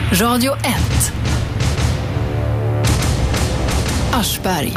Radio 1. Aschberg.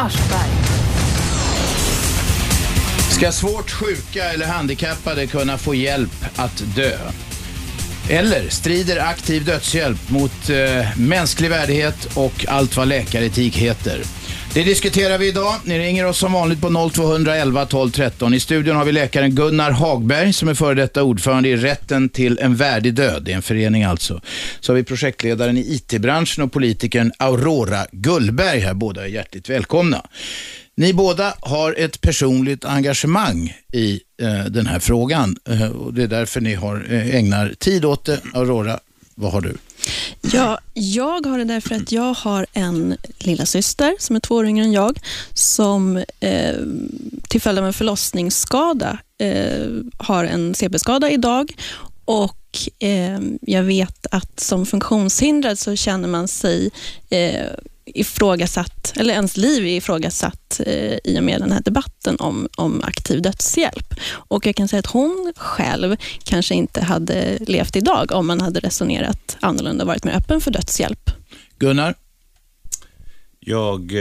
Ska svårt sjuka eller handikappade kunna få hjälp att dö? Eller strider aktiv dödshjälp mot mänsklig värdighet och allt vad läkaretik heter? Det diskuterar vi idag. Ni ringer oss som vanligt på 0211 12 13. I studion har vi läkaren Gunnar Hagberg som är före detta ordförande i Rätten till en värdig död. Det är en förening alltså. Så har vi projektledaren i IT-branschen och politikern Aurora Gullberg här. Båda är hjärtligt välkomna. Ni båda har ett personligt engagemang i den här frågan. Och det är därför ni ägnar tid åt det. Aurora, vad har du? Ja, jag har det därför att jag har en lilla syster som är 2 år yngre än jag som till följd av en förlossningsskada har en CP-skada idag och jag vet att som funktionshindrad så känner man sig ifrågasatt, eller ens liv är ifrågasatt i och med den här debatten om aktiv dödshjälp. Och jag kan säga att hon själv kanske inte hade levt idag om man hade resonerat annorlunda och varit mer öppen för dödshjälp. Gunnar? Jag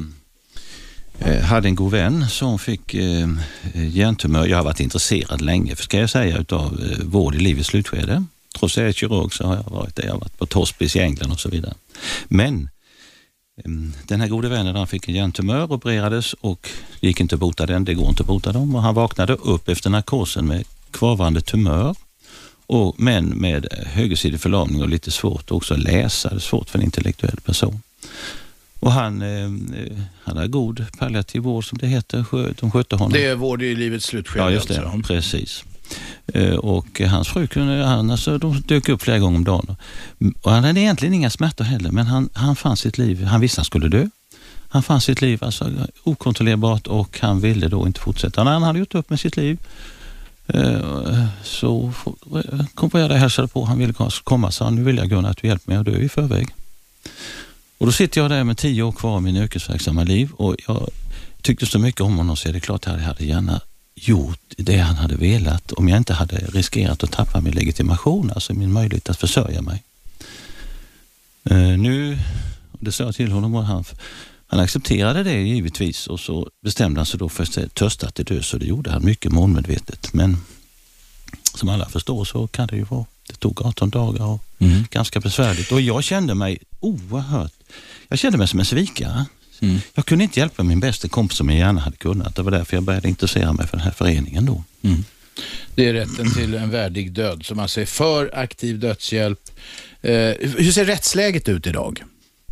hade en god vän som fick hjärntumör. Jag har varit intresserad länge, ska jag säga, utav vård i livets slutskede. Trots att jag är kirurg så har jag varit där. Jag har varit på hospice i England och så vidare. Men den här gode vännen, han fick en hjärntumör, opererades och gick inte att bota den. Det går inte att bota dem. Och han vaknade upp efter narkosen med kvarvarande tumör men med högersidig förlamning och lite svårt också att läsa. Det är svårt för en intellektuell person. Och han hade god palliativ vård som det heter. De skötte honom. Det är vård i livets slutskede. Ja, just det. Alltså. Precis. Och hans fru de dök upp flera gånger om dagen. Och han hade egentligen inga smärtor heller, men han fann sitt liv, han visste han skulle dö. Han fann sitt liv alltså okontrollerbart och han ville då inte fortsätta. När han hade gjort upp med sitt liv så kom jag där och hälsade på. Han ville komma, så nu vill jag Gunnar att du hjälper mig att dö i förväg. Och då sitter jag där med 10 år kvar i min yrkesverksamma liv och jag tyckte så mycket om honom så är det klart att jag hade gärna gjort det han hade velat om jag inte hade riskerat att tappa min legitimation, alltså min möjlighet att försörja mig. Nu, det sa jag till honom och han accepterade det givetvis och så bestämde han sig då för att törsta till död, så det gjorde han mycket målmedvetet. Men som alla förstår så kan det ju vara, det tog 18 dagar och ganska besvärligt och jag kände mig som en svikare. Jag kunde inte hjälpa min bästa kompis som jag gärna hade kunnat. Det var därför jag började intressera mig för den här föreningen då. Det är rätten till en värdig död som alltså är för aktiv dödshjälp. Hur ser rättsläget ut idag?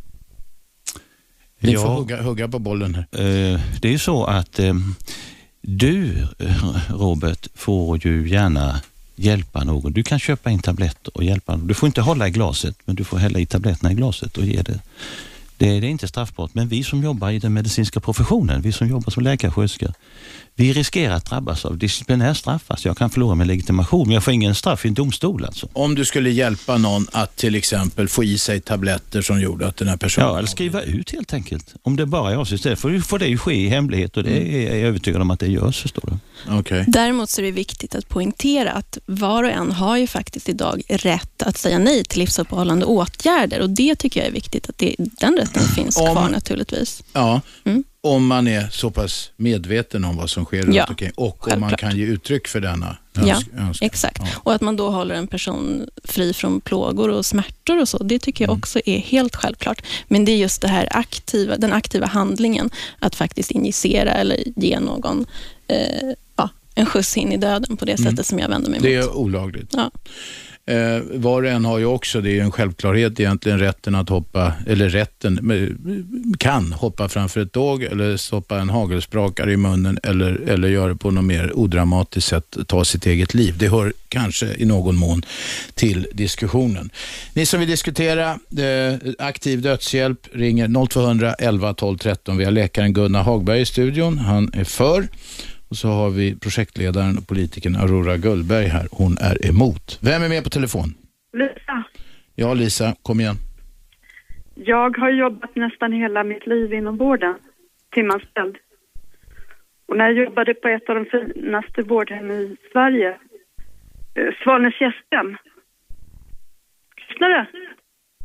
Ni får hugga på bollen här. Det är ju så att du, Robert, får ju gärna hjälpa någon. Du kan köpa in tabletter och hjälpa någon. Du får inte hålla i glaset, men du får hälla i tabletterna i glaset och ge det. Det är inte straffbart, men vi som jobbar i den medicinska professionen, vi som jobbar som läkarsköterskor, vi riskerar att drabbas av disciplinär straff. Alltså jag kan förlora min legitimation, men jag får ingen straff i en domstol alltså. Om du skulle hjälpa någon att till exempel få i sig tabletter som gjorde att den här personen... Ja, eller skriva ut helt enkelt. Om det bara är avsikt, får det ju ske i hemlighet och det är jag övertygad om att det görs, förstår du. Okay. Däremot så är det viktigt att poängtera att var och en har ju faktiskt idag rätt att säga nej till livsuppehållande åtgärder och det tycker jag är viktigt att den rätten finns kvar naturligtvis. Ja, om man är så pass medveten om vad som sker runt omkring och självklart. Om man kan ge uttryck för denna önskan. Exakt. Ja. Och att man då håller en person fri från plågor och smärtor och så, det tycker jag också är helt självklart. Men det är just det här den aktiva handlingen att faktiskt injicera eller ge någon en skjuts in i döden på det sättet som jag vänder mig mot. Det är olagligt. Ja. Var och en har ju också, det är en självklarhet egentligen, rätten att hoppa, eller kan hoppa framför ett tåg eller stoppa en hagelsprakare i munnen eller göra det på något mer odramatiskt sätt, ta sitt eget liv. Det hör kanske i någon mån till diskussionen. Ni som vill diskutera aktiv dödshjälp ringer 0211 12 13. Vi har läkaren Gunnar Hagberg i studion. Han är för. Och så har vi projektledaren och politikern Aurora Gullberg här. Hon är emot. Vem är med på telefon? Lisa. Ja, Lisa, kom igen. Jag har jobbat nästan hela mitt liv inom vården, timanställd. Och när jag jobbade på ett av de finaste vårdhem i Sverige, Svalnäs gästhem. Lyssnar du?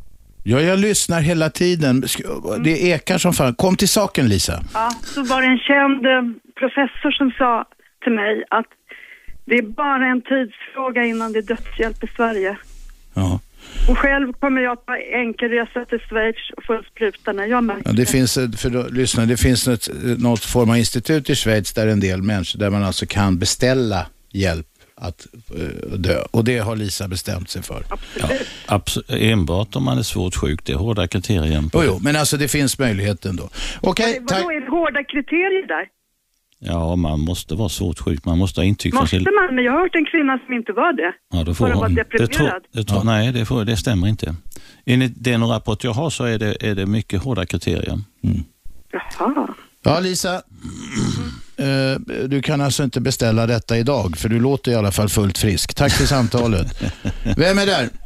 Ja, jag lyssnar hela tiden. Det ekar som fan. Kom till saken, Lisa. Ja, så var det en känd professor som sa till mig att det är bara en tidsfråga innan det är dödshjälp i Sverige. Ja. Och själv kommer jag på enkelresa till Schweiz och få en spruta när jag märker Det finns, det finns något form av institut i Schweiz där en del människor, där man alltså kan beställa hjälp att dö. Och det har Lisa bestämt sig för. Absolut. Enbart om man är svårt sjuk, det är hårda kriterier. Jo, men alltså det finns möjlighet ändå. Okej, tack. Vadå är det hårda kriterier där? Ja, man måste vara svårt sjuk. Man måste ha intyg från Måste man? Men jag har hört en kvinna som inte var det. Ja, då får hon. Nej, det stämmer inte. Enligt den rapport jag har så är det mycket hårda kriterier. Jaha. Ja, Lisa. Du kan alltså inte beställa detta idag, för du låter i alla fall fullt frisk. Tack för samtalet. Vem är där?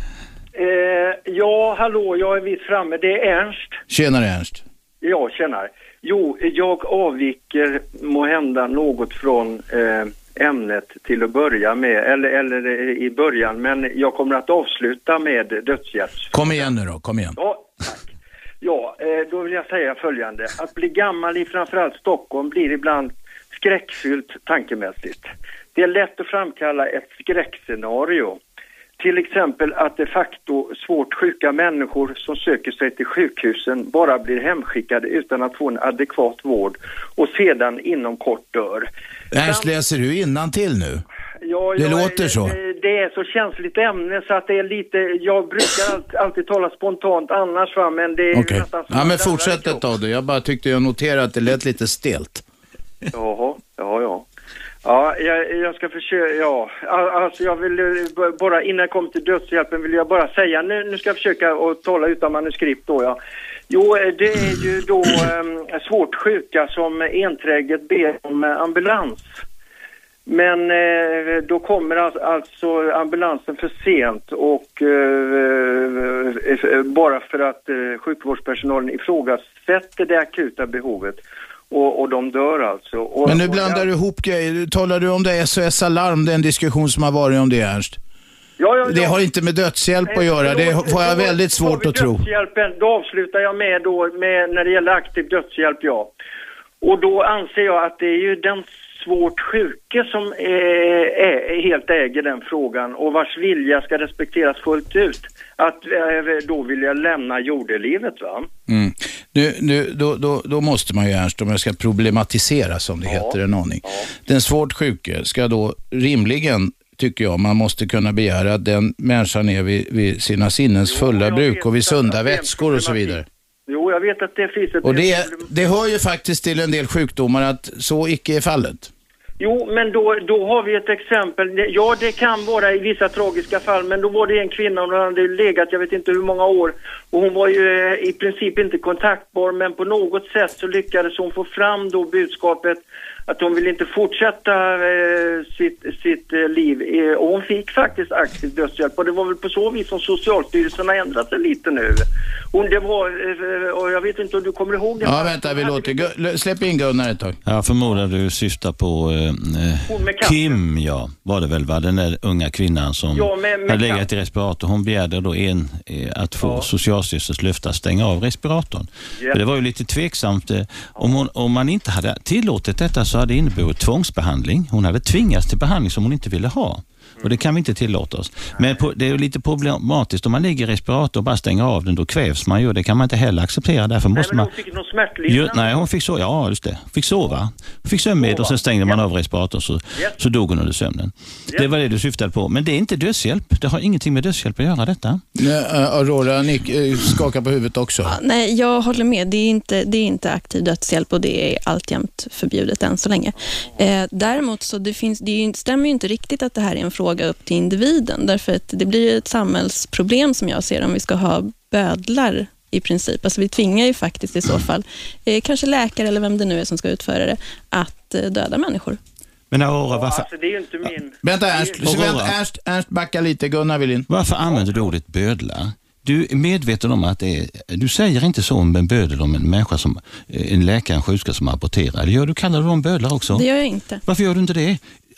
Ja, hallå, jag är vitt framme. Det är Ernst. Tjenare, Ernst. Ja, tjänare. Jo, jag avviker måhända något från ämnet till att börja med, eller i början, men jag kommer att avsluta med dödshjälp. Kom igen nu då, kom igen. Ja, tack. Ja, då vill jag säga följande. Att bli gammal i framförallt Stockholm blir ibland skräckfyllt tankemässigt. Det är lätt att framkalla ett skräckscenario. Till exempel att de facto svårt sjuka människor som söker sig till sjukhusen bara blir hemskickade utan att få en adekvat vård och sedan inom kort dör. Ernst, läser du innantill nu? Ja, det låter så. Det är så känsligt ämne så att det är lite, jag brukar alltid tala spontant annars, va, men det är nästan så. Ja, men fortsätt ett av det. Jag bara tyckte jag noterade att det lät lite stelt. Jaha, ja. Ja, jag ska försöka, ja. Alltså jag vill bara, innan jag kommer till dödshjälpen vill jag bara säga, nu ska jag försöka att tala utan manuskript då, ja. Jo, det är ju då svårt sjuka som enträget ber om ambulans. Men då kommer alltså ambulansen för sent och bara för att sjukvårdspersonalen ifrågasätter det akuta behovet. Och de dör alltså. Men nu blandar du ihop grejer. Talar du om det SOS Alarm, den diskussion som har varit om det, Ernst? Ja. Det har inte med dödshjälp att göra. Det har jag väldigt svårt att tro. Då avslutar jag med när det gäller aktiv dödshjälp, ja. Och då anser jag att det är ju den svårt sjuke som helt äger den frågan och vars vilja ska respekteras fullt ut. Att då vill jag lämna jordelivet, va? Då måste man ju, Ernst, om jag ska problematisera som det heter en aning. Ja. Den svårt sjuke ska då rimligen, tycker jag, man måste kunna begära att den människan är vid sina sinnens fulla bruk och vid sunda vätskor och så vidare. Jo, jag vet att det finns ett... Och det hör ju faktiskt till en del sjukdomar att så icke är fallet. Jo, men då har vi ett exempel. Ja, det kan vara i vissa tragiska fall, men då var det en kvinna, hon hade legat, jag vet inte hur många år, och hon var ju i princip inte kontaktbar, men på något sätt så lyckades hon få fram då budskapet att hon vill inte fortsätta sitt liv. Och hon fick faktiskt aktiv dödshjälp. Och det var väl på så vis som Socialstyrelsen har ändrat sig lite nu. Och jag vet inte om du kommer ihåg det. Ja, vänta, vi låter. Släpp in Gunnar ett tag. Jag förmodar du syftar på Kim, var det väl, va? Den där unga kvinnan som hade legat i respirator. Hon begärde då att få Socialstyrelsens löfte att stänga av respiratorn. För det var ju lite tveksamt. Om man inte hade tillåtit detta så hade det inneburit tvångsbehandling. Hon hade tvingats till behandling som hon inte ville ha. Och det kan vi inte tillåta oss. Men det är lite problematiskt. Om man ligger i respirator och bara stänger av den, då kvävs man ju. Det kan man inte heller acceptera. Därför måste man... Hon fick någon smärtlindring. Nej, hon fick sova. Ja, just det. Hon fick sova. Hon fick sömnmedel och sen stängde man av respiratorn så dog hon under sömnen. Det var det du syftade på. Men det är inte dödshjälp. Det har ingenting med dödshjälp att göra detta. Aurora, Nick skakar på huvudet också. Ja, nej, jag håller med. Det är inte aktiv dödshjälp och det är alltjämt förbjudet än så länge. Däremot så det stämmer ju inte riktigt att det här är en fråga upp till individen. Därför att det blir ett samhällsproblem som jag ser om vi ska ha bödlar i princip. Alltså vi tvingar ju faktiskt i så fall kanske läkare eller vem det nu är som ska utföra det att döda människor. Men Aurora, varför... Alltså det är ju inte min... Vänta, Ernst, backa lite. Gunnar vill in. Varför använder du ordet bödlar? Du är medveten om att du säger inte så om en bödel om en människa som en läkare, en sjuksköterska som aborterar. Kallar du dem bödlar också? Det gör jag inte. Varför gör du inte det?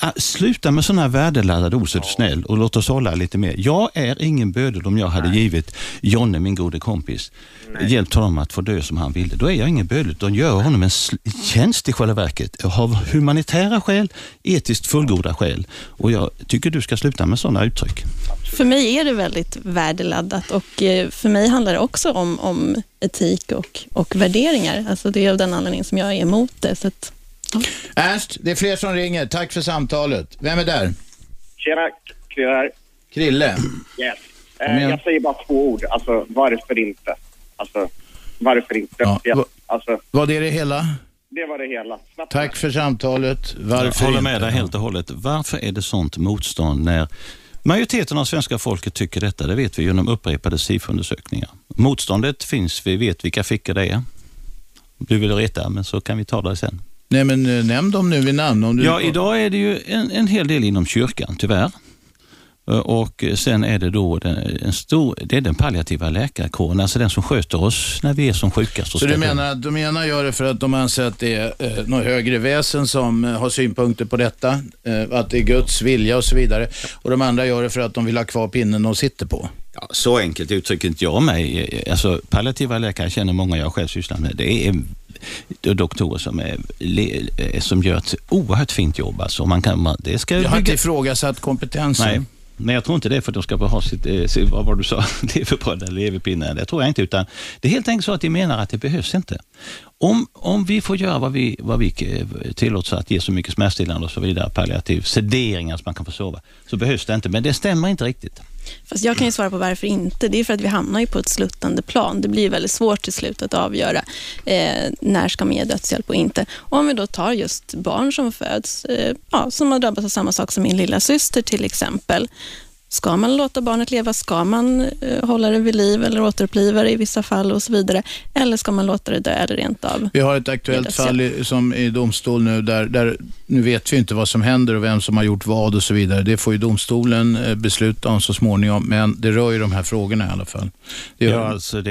sluta med sådana här värdeladdade ord, så är du snäll, och låt oss hålla lite mer. Jag är ingen bödel om jag hade givit Jonne, min gode kompis, hjälpt honom att få dö som han ville. Då är jag ingen bödel. De gör honom en tjänst i själva verket. Av humanitära skäl, etiskt fullgoda skäl. Och jag tycker du ska sluta med sådana uttryck. För mig är det väldigt värdeladdat, och för mig handlar det också om etik och värderingar. Alltså det är av den anledningen som jag är emot det. Så att, ja. Ernst, det är fler som ringer. Tack för samtalet. Vem är där? Tjena, Krille. Krille. Yes. Jag säger bara 2 ord. Alltså, varför inte? Alltså, varför inte? Ja. Alltså, Var det hela? det var det hela. Snabbt. Tack för samtalet. Varför Jag håller inte? med dig helt och hållet. Varför är det sånt motstånd när majoriteten av svenska folket tycker detta? Det vet vi genom upprepade SIFO-undersökningar. Motståndet finns, vi vet vilka fickor det är. Du vill reta, men så kan vi ta det sen. Nej, men nämn dem nu vid namn. Om du... Ja, idag är det ju en hel del inom kyrkan, tyvärr. Och sen är det då det är den palliativa läkarkåren, alltså den som sköter oss när vi är som sjukast. Så du menar att de ena gör det för att de anser att det är något högre väsen som har synpunkter på detta, att det är Guds vilja och så vidare, och de andra gör det för att de vill ha kvar pinnen de sitter på? Ja, så enkelt uttrycker inte jag mig. Alltså, palliativa läkare känner många jag själv sysslar med. Det är doktorer som gör ett oerhört fint jobb. Alltså, Jag har inte ifrågasatt kompetensen. Nej. Men jag tror inte det är för att de ska ha vad var du sa, leverbröd eller leverpinne. Det tror jag inte, utan det är helt enkelt så att de menar att det behövs inte. Om vi får göra vad vi tillåts att ge så mycket smärtstillande och så vidare, palliativ sederingar så man kan få sova, så behövs det inte. Men det stämmer inte riktigt. Fast jag kan ju svara på varför inte. Det är för att vi hamnar ju på ett sluttande plan. Det blir väldigt svårt till slut att avgöra när ska man ge dödshjälp och inte. Och om vi då tar just barn som föds, som har drabbats av samma sak som min lilla syster till exempel. Ska man låta barnet leva? Ska man hålla det vid liv eller återuppliva det i vissa fall och så vidare? Eller ska man låta det dö eller rent av? Vi har ett aktuellt fall som i domstol nu där nu vet vi inte vad som händer och vem som har gjort vad och så vidare. Det får ju domstolen besluta om så småningom, men det rör ju de här frågorna i alla fall. Alltså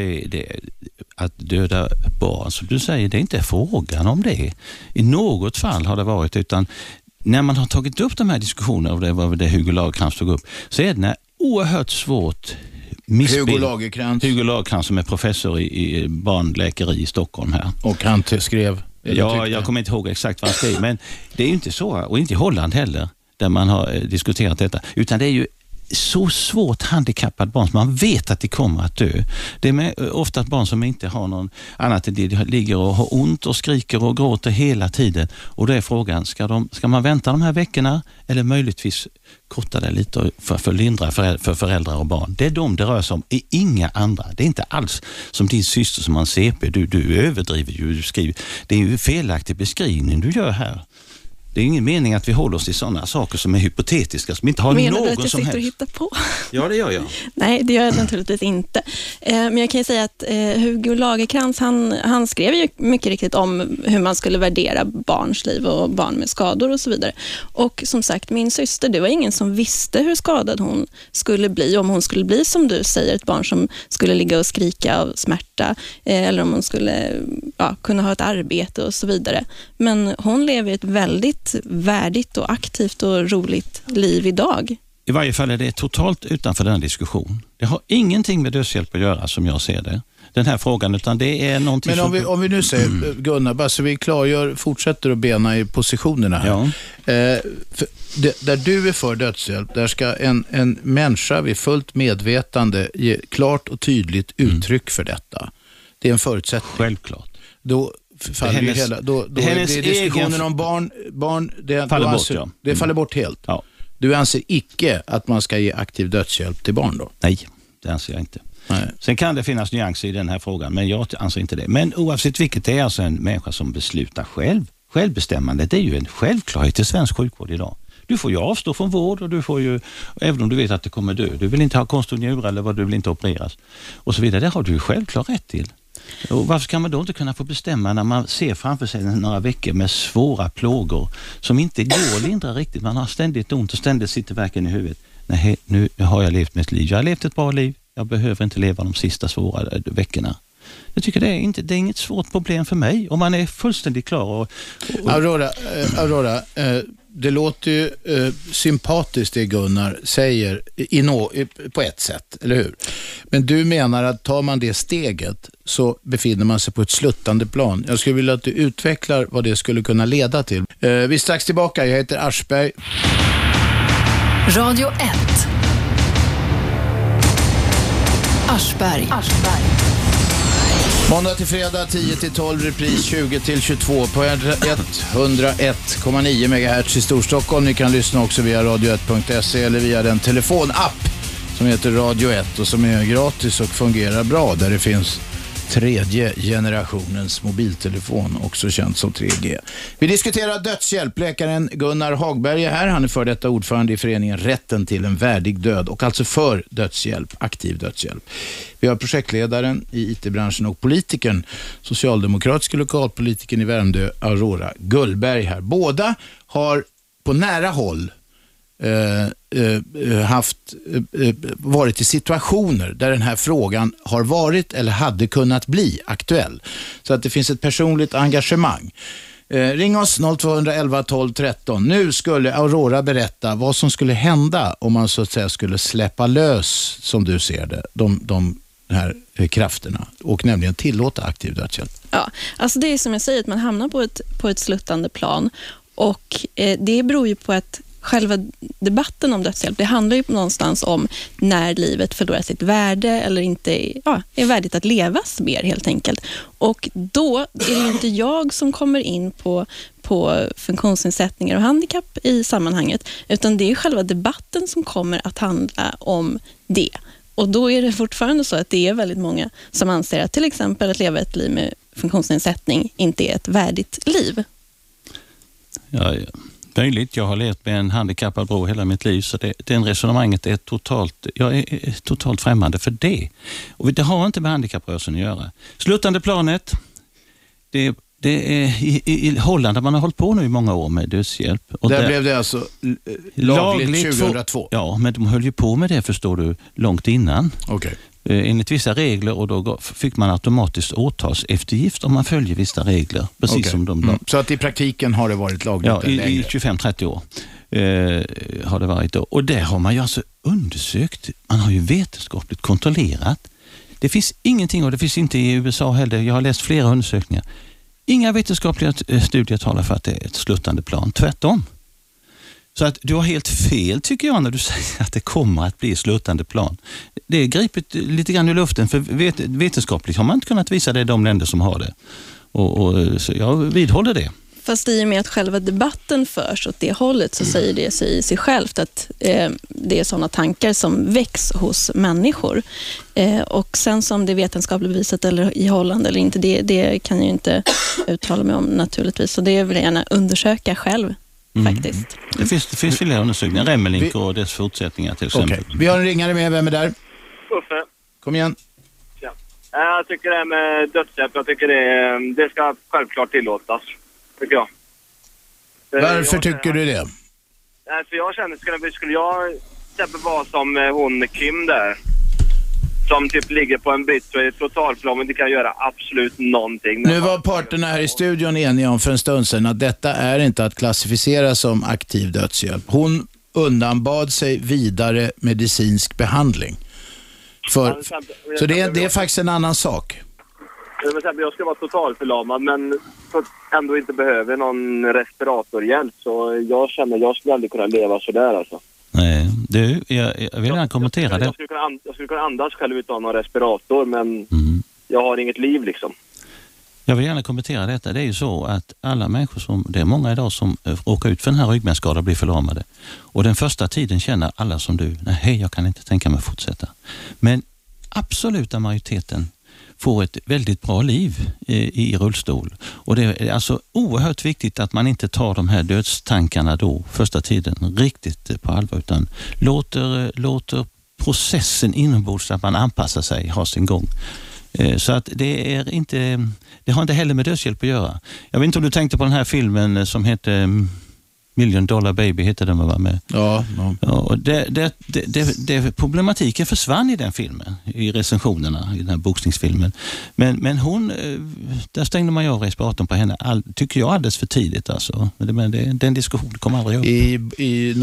att döda barn, som du säger, det är inte frågan om det. I något fall har det varit, utan när man har tagit upp de här diskussionerna, och det var det Hugo Lagercrantz tog upp, så är det oerhört svårt missbild. Hugo Lagercrantz som är professor i barnläkeri i Stockholm här. Och han skrev... Ja, jag kommer inte ihåg exakt vad han skrev, men det är ju inte så, och inte i Holland heller, där man har diskuterat detta, utan det är ju så svårt handikappad barn som man vet att de kommer att dö. Det är ofta barn som inte har någon annat än de ligger och har ont och skriker och gråter hela tiden. Och då är frågan, ska man vänta de här veckorna eller möjligtvis korta det lite för att lindra för föräldrar och barn? Det är de det rör sig om, är inga andra. Det är inte alls som din syster som har en CP. Du överdriver ju, du skriver. Det är ju felaktig beskrivning du gör här. Det är ingen mening att vi håller oss till sådana saker som är hypotetiska, som inte har någon som helst. Menar du att jag sitter och hittar på? Ja, det gör jag. Nej, det gör jag naturligtvis inte. Men jag kan ju säga att Hugo Lagercrantz, han skrev ju mycket riktigt om hur man skulle värdera barns liv och barn med skador och så vidare. Och som sagt, min syster, det var ingen som visste hur skadad hon skulle bli. Om hon skulle bli, som du säger, ett barn som skulle ligga och skrika av smärta, eller om hon skulle kunna ha ett arbete och så vidare. Men hon lever ett väldigt värdigt och aktivt och roligt liv idag. I varje fall är det totalt utanför den diskussion. Det har ingenting med dödshjälp att göra, som jag ser det, den här frågan, utan det är någonting. Men om vi nu säger, Gunnar, bara så vi fortsätter att bena i positionerna här. Ja. Där du är för dödshjälp, där ska en människa vid fullt medvetande ge klart och tydligt uttryck för detta. Det är en förutsättning. Självklart. Då faller ju hela, då blir diskussionen om barn det faller bort helt. Ja. Du anser icke att man ska ge aktiv dödshjälp till barn då? Nej, det anser jag inte. Nej. Sen kan det finnas nyanser i den här frågan, men jag anser inte det. Men oavsett vilket, det är alltså en människa som beslutar själv. Självbestämmande, det är ju en självklarhet i svensk sjukvård idag. Du får ju avstå från vård, och du får ju, även om du vet att det kommer dö, du vill inte ha konstgjord njure eller vad, du vill inte opereras och så vidare, det har du ju självklart rätt till. Och varför kan man då inte kunna få bestämma när man ser framför sig några veckor med svåra plågor som inte går att lindra riktigt? Man har ständigt ont och ständigt sitter verken i huvudet. Nej, nu har jag levt mitt liv. Jag har levt ett bra liv. Jag behöver inte leva de sista svåra veckorna. Jag tycker det är inget svårt problem för mig om man är fullständigt klar. Aurora, det låter ju sympatiskt det Gunnar säger på ett sätt, eller hur? Men du menar att tar man det steget så befinner man sig på ett sluttande plan. Jag skulle vilja att du utvecklar vad det skulle kunna leda till. Vi är strax tillbaka. Jag heter Aschberg. Radio 1. Aschberg. Måndag till fredag 10-12, repris 20-22 på 101,9 MHz i Storstockholm. Ni kan lyssna också via radio1.se eller via den telefonapp som heter Radio 1 och som är gratis och fungerar bra, där det finns tredje generationens mobiltelefon, också känd som 3G. Vi diskuterar dödshjälp. Läkaren Gunnar Hagberg är här. Han är för detta ordförande i föreningen Rätten till en värdig död och alltså för dödshjälp, aktiv dödshjälp. Vi har projektledaren i IT-branschen och politikern, socialdemokratiska lokalpolitikern i Värmdö, Aurora Gullberg här. Båda har på nära håll varit i situationer där den här frågan har varit eller hade kunnat bli aktuell. Så att det finns ett personligt engagemang. Ring oss 0211 12 13. Nu skulle Aurora berätta vad som skulle hända om man så att säga skulle släppa lös, som du ser det, de här krafterna och nämligen tillåta aktiv dödshjälp. Ja, alltså det är som jag säger att man hamnar på ett sluttande plan och det beror ju på att själva debatten om dödshjälp, det handlar ju någonstans om när livet förlorar sitt värde eller inte är värdigt att levas mer helt enkelt. Och då är det ju inte jag som kommer in på funktionsnedsättningar och handikapp i sammanhanget, utan det är själva debatten som kommer att handla om det. Och då är det fortfarande så att det är väldigt många som anser att till exempel att leva ett liv med funktionsnedsättning inte är ett värdigt liv. Ja. Möjligt. Jag har levt med en handikappad bror hela mitt liv, så den resonemanget är jag är totalt främmande för det. Och det har inte med handikapprörelsen att göra. Sluttande planet, det är i Holland där man har hållit på nu i många år med dödshjälp. Och där blev det alltså lagligt 2002? Ja, men de höll ju på med det, förstår du, långt innan. Okej. Enligt vissa regler, och då fick man automatiskt åtalseftergift om man följer vissa regler, precis som de Så att i praktiken har det varit lagligt? Ja, i 25-30 år har det varit då. Och det har man ju alltså undersökt. Man har ju vetenskapligt kontrollerat. Det finns ingenting, och det finns inte i USA heller. Jag har läst flera undersökningar. Inga vetenskapliga studier talar för att det är ett sluttande plan. Tvärtom. Så att du har helt fel, tycker jag, när du säger att det kommer att bli sluttande plan. Det är gripet lite grann i luften, för vetenskapligt har man inte kunnat visa det i de länder som har det. Och så jag vidhåller det. Fast i och med att själva debatten förs åt det hållet så säger det sig i sig självt att det är sådana tankar som väcks hos människor. Och sen som det är vetenskapligt bevisat eller i Holland eller inte, det kan jag ju inte uttala mig om naturligtvis. Så det vill jag gärna undersöka själv. Faktiskt. Det finns flera undersökningar, Remmelink och dess fortsättningar till exempel. Okay. Vi har en ringare med, vem är där? Uffe. Kom igen. Ja. Jag tycker det här med dödshjälp, jag tycker det ska självklart tillåtas, tycker jag. Varför tycker du det? För jag känner, skulle jag till exempel vara som hon Kim där, som typ ligger på en brits och är totalplan, men det kan göra absolut någonting. Nu var parterna här i studion eniga om för en stund sedan att detta är inte att klassificera som aktiv dödshjälp. Hon undanbad sig vidare medicinsk behandling. Så det är faktiskt en annan sak. Jag ska vara totalförlamad, men ändå inte behöver någon respiratorhjälp, så jag känner att jag skulle aldrig kunna leva sådär alltså. Nej, jag vill gärna kommentera det. Jag skulle kunna andas själv utan någon respirator, men jag har inget liv liksom. Jag vill gärna kommentera detta. Det är ju så att alla människor det är många idag som råkar ut för den här ryggmärgsskadan och blir förlamade. Och den första tiden känner alla som du, nej, jag kan inte tänka mig att fortsätta. Men absoluta majoriteten får ett väldigt bra liv i rullstol. Och det är alltså oerhört viktigt att man inte tar de här dödstankarna då första tiden riktigt på allvar, utan låter processen inombords, att man anpassar sig, ha sin gång. Så att det har inte heller med dödshjälp att göra. Jag vet inte om du tänkte på den här filmen som heter Million Dollar Baby heter den, var med. Ja. Och det problematiken försvann i den filmen, i recensionerna i den här boxningsfilmen. Men hon, där stängde man ju av respiratorn på henne, tycker jag, alldeles för tidigt alltså. Men den diskussionen kommer aldrig upp. I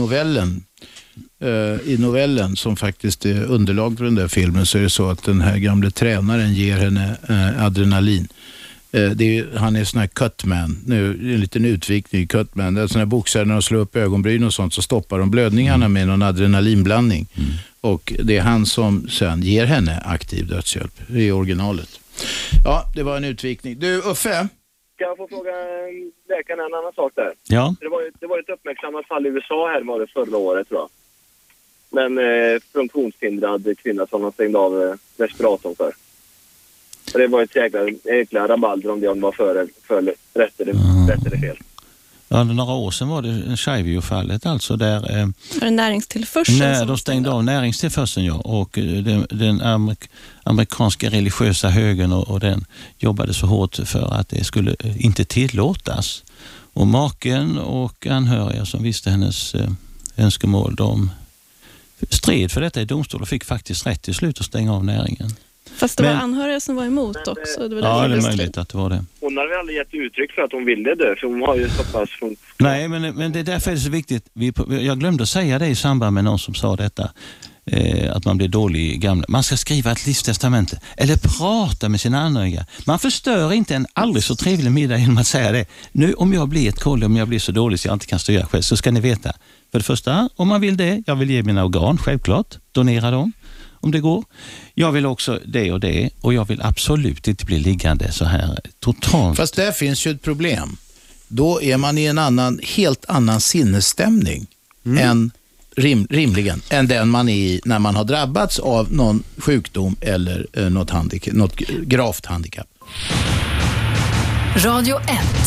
novellen som faktiskt är underlag för den där filmen, så är det så att den här gamla tränaren ger henne adrenalin. Han är sån här cutman. Nu en liten utvikning i cutman. Det är såna här boxare, när de slår upp ögonbryn och sånt, så stoppar de blödningarna med någon adrenalinblandning. Och det är han som sen ger henne aktiv dödshjälp. Det är originalet. Ja, det var en utvikning. Du, Uffe? Kan jag få fråga läkaren en annan sak där? Ja. Det var ett uppmärksammat fall i USA här, var det förra året, tror jag. Men funktionshindrad kvinna som har stängt av respiratorn för. Det var ett jäkla rabalder om det var för rätt eller fel. Ja, några år sedan var det Shaivio-fallet, alltså där... Var det näringstillförseln? Nej, de stängde av näringstillförseln, ja. Och den amerikanska religiösa högern och den jobbade så hårt för att det skulle inte tillåtas. Och maken och anhöriga som visste hennes önskemål, de stred för detta i domstol och fick faktiskt rätt till slut att stänga av näringen. Fast det var anhöriga som var emot också. Det var det är möjligt att det var det. Hon har väl aldrig gett uttryck för att hon ville dö, för hon har ju så pass... Nej, men det är därför är det så viktigt. Jag glömde att säga det i samband med någon som sa detta. Att man blir dålig gamla. Man ska skriva ett livstestamente. Eller prata med sina anhöriga. Man förstör inte en aldrig så trevlig middag genom att säga det. Nu om jag blir ett koll, om jag blir så dålig så jag inte kan styra själv, så ska ni veta. För det första, om man vill det, jag vill ge mina organ, självklart. Donera dem. Om det går. Jag vill också det och jag vill absolut inte bli liggande så här totalt. Fast där finns ju ett problem. Då är man i en helt annan sinnesstämning än rimligen än den man är i när man har drabbats av någon sjukdom eller något gravt handikapp. Radio 1.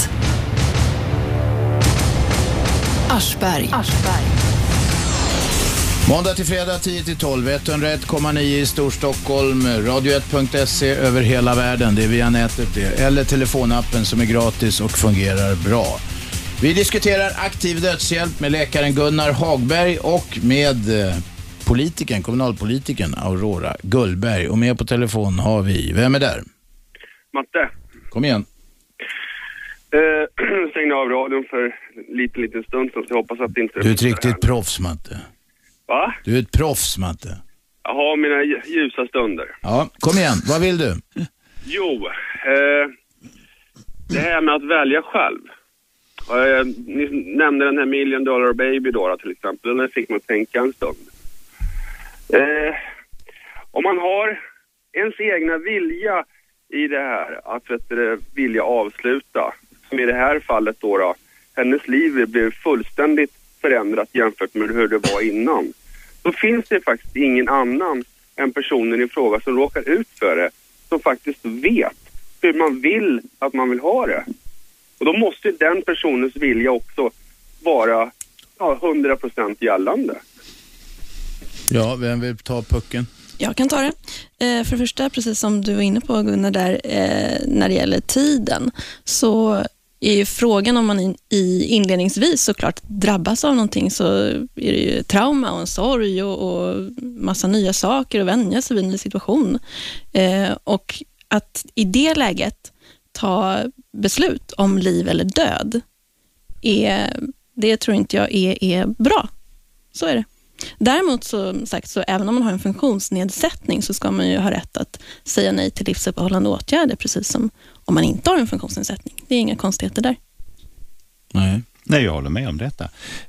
Aschberg. Måndag till fredag 10-12, 101,9 i Storstockholm, radio1.se över hela världen, det är via nätet det, eller telefonappen som är gratis och fungerar bra. Vi diskuterar aktiv dödshjälp med läkaren Gunnar Hagberg och med kommunalpolitikern Aurora Gullberg. Och med på telefon har vi, vem är där? Matte. Kom igen. Stängde av radion för liten stund så jag hoppas att det inte... Du är ett riktigt proffs, Matte. Va? Du är ett proffs, Matte. Jag har mina ljusa stunder. Ja, kom igen. Vad vill du? Jo, det här med att välja själv. Ni nämnde den här Million Dollar Baby då till exempel. Den fick man tänka en stund. Om man har ens egna vilja i det här, att vilja avsluta, som i det här fallet då, hennes liv blev fullständigt förändrat jämfört med hur det var innan. Då finns det faktiskt ingen annan än personen i fråga som råkar ut för det, som faktiskt vet hur man vill att man vill ha det. Och då måste den personens vilja också vara 100% gällande. Ja, vem vill ta pucken? Jag kan ta det. För det första, precis som du var inne på Gunnar där, när det gäller tiden, så är ju frågan om man inledningsvis såklart drabbas av någonting, så är det ju trauma och en sorg och massa nya saker och vänja sig vid en situation. Och att i det läget ta beslut om liv eller död, det tror inte jag är bra. Så är det. Däremot så även om man har en funktionsnedsättning så ska man ju ha rätt att säga nej till livsuppehållande åtgärder, precis som om man inte har en funktionsnedsättning. Det är inga konstigheter där. Nej, jag håller med om detta.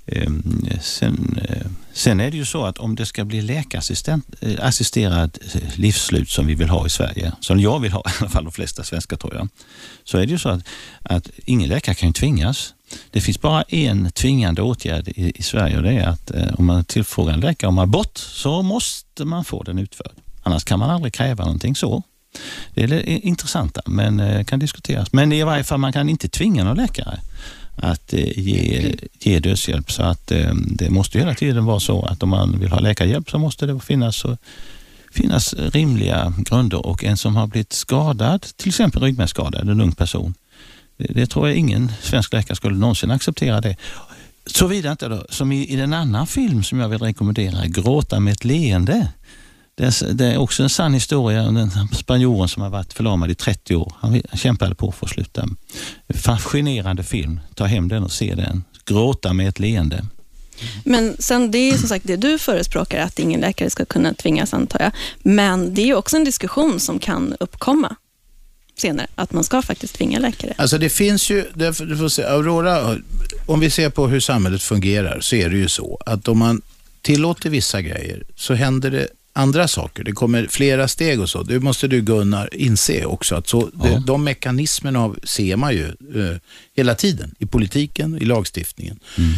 Sen är det ju så att om det ska bli läkarassisterad livsslut som vi vill ha i Sverige, som jag vill ha i alla fall de flesta svenskar tror jag, så är det ju så att ingen läkare kan tvingas. Det finns bara en tvingande åtgärd i Sverige, och det är att om man tillfrågar en läkare om abort så måste man få den utförd. Annars kan man aldrig kräva någonting så. Det är intressanta, men kan diskuteras. Men i varje fall, man kan inte tvinga någon läkare att ge dödshjälp, så att det måste hela tiden vara så att om man vill ha läkarhjälp så måste det finnas rimliga grunder, och en som har blivit skadad, till exempel ryggmärgsskadad, en ung person, det tror jag ingen svensk läkare skulle någonsin acceptera det. Såvida inte då, som i den annan film som jag vill rekommendera, Gråta med ett leende. Det är också en sann historia om den spanjoren som har varit förlamad i 30 år. Han kämpade på för att sluta. Fascinerande film. Ta hem den och se den. Gråta med ett leende. Men sen det är som sagt det du förespråkar, att ingen läkare ska kunna tvingas, antar jag. Men det är ju också en diskussion som kan uppkomma senare, att man ska faktiskt tvinga läkare. Alltså det finns ju, du får se, Aurora, om vi ser på hur samhället fungerar så är det ju så att om man tillåter vissa grejer så händer det andra saker. Det kommer flera steg och så. Det måste du, Gunnar, inse också. Att så, de mekanismerna ser man ju hela tiden i politiken, i lagstiftningen.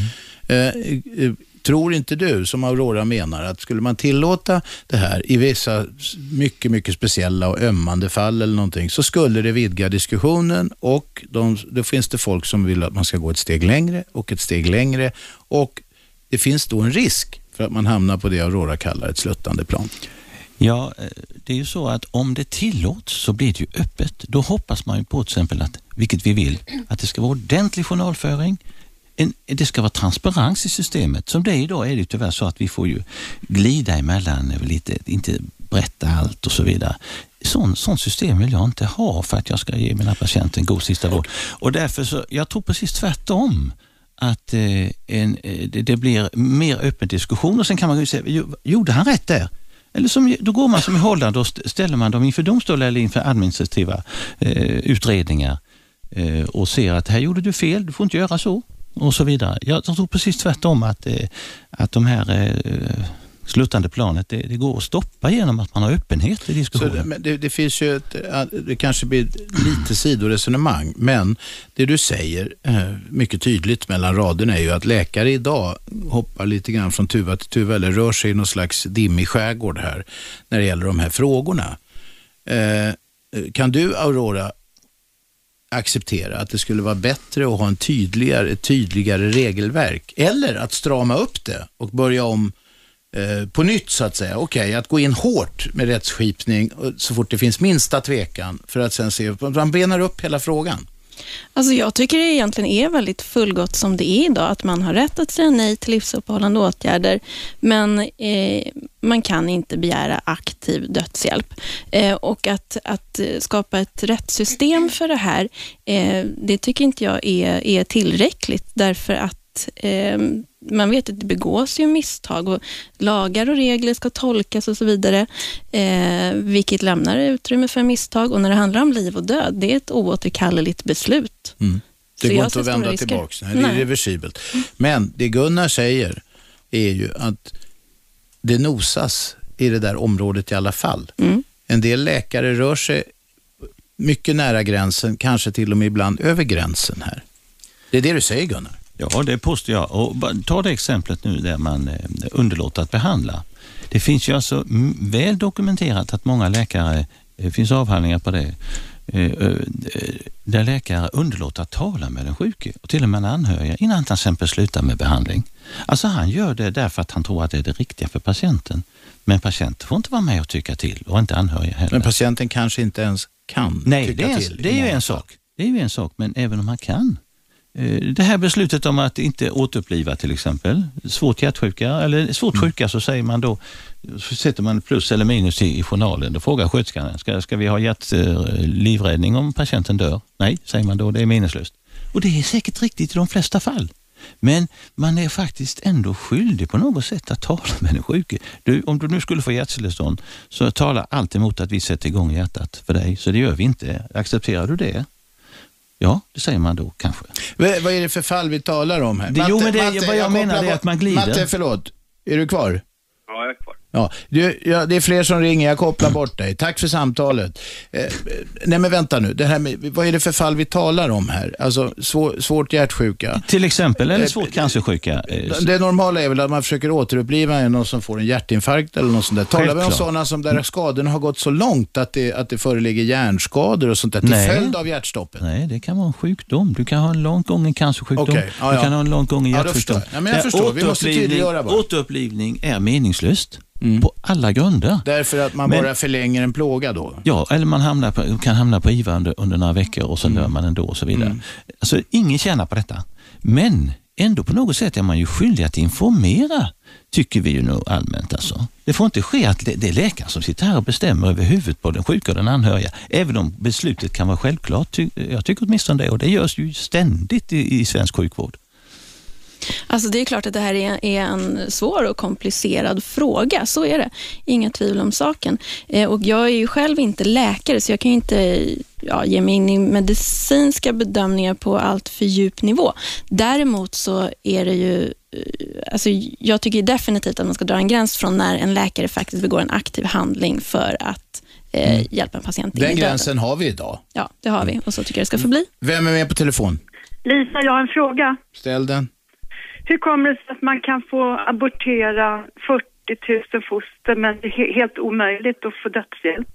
Tror inte du, som Aurora menar, att skulle man tillåta det här i vissa mycket, mycket speciella och ömmande fall eller någonting, så skulle det vidga diskussionen, och då finns det folk som vill att man ska gå ett steg längre och ett steg längre, och det finns då en risk för att man hamnar på det Aurora kallar ett sluttande plan. Ja, det är ju så att om det tillåts så blir det ju öppet. Då hoppas man ju på till exempel att, vilket vi vill, att det ska vara ordentlig journalföring. Det ska vara transparens i systemet. Som det är idag är det tyvärr så att vi får ju glida emellan, lite, inte berätta allt och så vidare. Sånt system vill jag inte ha för att jag ska ge mina patienter en god sista vård. Och därför så, jag tror precis tvärtom, att det blir mer öppen diskussion, och sen kan man ju säga, gjorde han rätt där? Eller då går man som i Holland och ställer man dem inför domstol eller inför administrativa utredningar och ser att här gjorde du fel, du får inte göra så och så vidare. Jag tror precis tvärtom att de här sluttande planet, det går att stoppa genom att man har öppenhet i diskussionen. Så det finns ju det kanske blir lite sidoresonemang, men det du säger mycket tydligt mellan raderna är ju att läkare idag hoppar lite grann från tuva till tuva, eller rör sig i någon slags dimmig skärgård här när det gäller de här frågorna. Kan du, Aurora, acceptera att det skulle vara bättre att ha ett tydligare regelverk, eller att strama upp det och börja om på nytt så att säga? Okej, att gå in hårt med rättsskipning så fort det finns minsta tvekan, för att sen se, man benar upp hela frågan. Alltså jag tycker det egentligen är väldigt fullgott som det är idag, att man har rätt att säga nej till livsuppehållande åtgärder, men man kan inte begära aktiv dödshjälp. Och att skapa ett rättssystem för det här, det tycker inte jag är tillräckligt, därför att man vet att det begås ju misstag och lagar och regler ska tolkas och så vidare, vilket lämnar utrymme för misstag, och när det handlar om liv och död, det är ett oåterkalleligt beslut. Det går inte att vända tillbaka. Det är reversibelt. Men det Gunnar säger är ju att det nosas i det där området i alla fall. En del läkare rör sig mycket nära gränsen, kanske till och med ibland över gränsen här. Det är det du säger, Gunnar. Ja, det påstår jag. Och ta det exemplet nu där man underlåter att behandla. Det finns ju alltså väl dokumenterat att många läkare, finns avhandlingar på det, där läkare underlåter att tala med den sjuke och till och med anhöriga innan han till exempel slutar med behandling. Alltså han gör det därför att han tror att det är det riktiga för patienten. Men patienten får inte vara med och tycka till, och inte anhöriga heller. Men patienten kanske inte ens kan tycka till. Det är ju en sak. Det är ju en sak, men även om han kan. Det här beslutet om att inte återuppliva till exempel svårt hjärtsjuka eller svårt sjuka, så säger man då, så sätter man plus eller minus i journalen. Då frågar sköterskan, ska vi ha hjärtlivräddning om patienten dör? Nej, säger man då, det är meningslöst. Och det är säkert riktigt i de flesta fall. Men man är faktiskt ändå skyldig på något sätt att tala med den sjuke. Om du nu skulle få hjärtstillestånd, så talar allt emot att vi sätter igång hjärtat för dig. Så det gör vi inte. Accepterar du det? Ja, det säger man då kanske. Vad är det för fall vi talar om här? Vad jag menar är att man glider. Matte, förlåt. Är du kvar? Ja, jag är kvar. Ja, det är fler som ringer. Jag kopplar bort dig. Tack för samtalet. Nej, men vänta nu. Det här med, vad är det för fall vi talar om här? Alltså svårt hjärtsjuka. Till exempel, eller svårt cancersjuka. Det normala är väl att man försöker återuppliva någon som får en hjärtinfarkt eller något sånt där. Talar vi om sådana som där skadorna har gått så långt att det föreligger hjärnskador och sånt där till följd av hjärtstoppet? Nej, det kan vara en sjukdom. Du kan ha en långt gången cancersjukdom. Okay. Du kan ha en långt gången hjärtsjukdom. Jag förstår. Vi måste tydliggöra bara. Återupplivning är meningslöst. På alla grunder. Därför att man bara förlänger en plåga då? Ja, eller man kan hamna på IVA under några veckor och så dör man ändå och så vidare. Alltså ingen tjänar på detta. Men ändå på något sätt är man ju skyldig att informera, tycker vi ju nog allmänt alltså. Det får inte ske att det är läkaren som sitter här och bestämmer över huvudet på den sjuka och den anhöriga, även om beslutet kan vara självklart. Jag tycker åtminstone det, och det görs ju ständigt i svensk sjukvård. Alltså det är klart att det här är en svår och komplicerad fråga, så är det. Inga tvivel om saken. Och jag är ju själv inte läkare, så jag kan inte ge mig in i medicinska bedömningar på allt för djup nivå. Däremot så är det ju, alltså jag tycker definitivt att man ska dra en gräns från när en läkare faktiskt begår en aktiv handling för att hjälpa en patient. Den gränsen har vi idag. Ja, det har vi, och så tycker jag det ska förbli. Vem är med på telefon? Lisa, jag har en fråga. Ställ den. Hur kommer det sig att man kan få abortera 40 000 foster men det är helt omöjligt att få dödshjälp?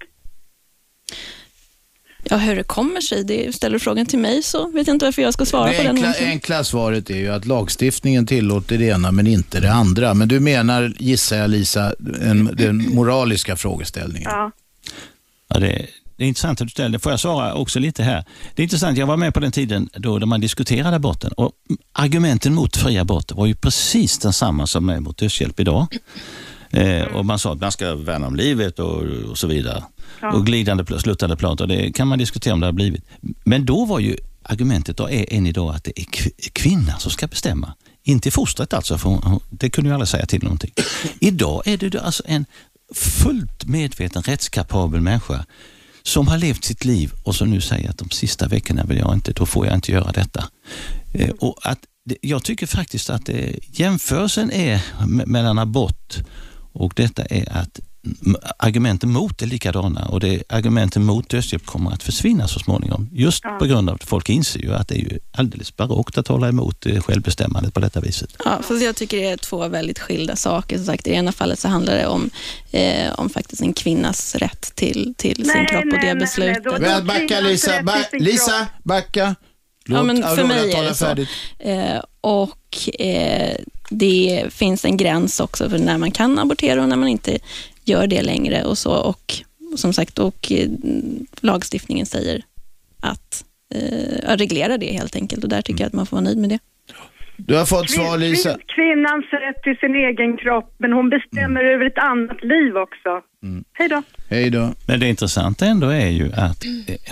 Ja, hur det kommer sig, ställer frågan till mig så vet jag inte varför jag ska svara på den. Det enkla svaret är ju att lagstiftningen tillåter det ena men inte det andra. Men du menar, gissar jag Lisa, den moraliska frågeställningen. Ja. Ja, det är intressant att du ställer. Får jag svara också lite här? Det är intressant, jag var med på den tiden då man diskuterade aborten, och argumenten mot fria aborter var ju precis densamma som är mot dödshjälp idag. Och man sa att man ska värna om livet och så vidare. Ja. Och glidande, sluttande plan, och det kan man diskutera om det har blivit. Men då var ju argumentet då än idag att det är kvinnan som ska bestämma. Inte fostret alltså, för det kunde ju alla säga till någonting. Idag är det alltså en fullt medveten, rättskapabel människa som har levt sitt liv och som nu säger att de sista veckorna då får jag inte göra detta. Och att jag tycker faktiskt att jämförelsen är mellan abort och detta är att argumenten mot är likadana, och argumenten mot dödshjälp kommer att försvinna så småningom. Just på grund av att folk inser ju att det är ju alldeles barockt att hålla emot självbestämmandet på detta viset. Ja, fast jag tycker det är två väldigt skilda saker. Som sagt, i ena fallet så handlar det om faktiskt en kvinnas rätt till sin kropp och det beslutet. Nej, backa Lisa, backa. Ja, men för mig är det så. Det finns en gräns också för när man kan abortera och när man inte gör det längre och så, och som sagt, och lagstiftningen säger att reglera det helt enkelt, och där tycker jag att man får vara nöjd med det. Du har fått svar, Lisa. Kvinnans rätt till sin egen kropp, men hon bestämmer över ett annat liv också. Hej då. Men det intressanta ändå är ju att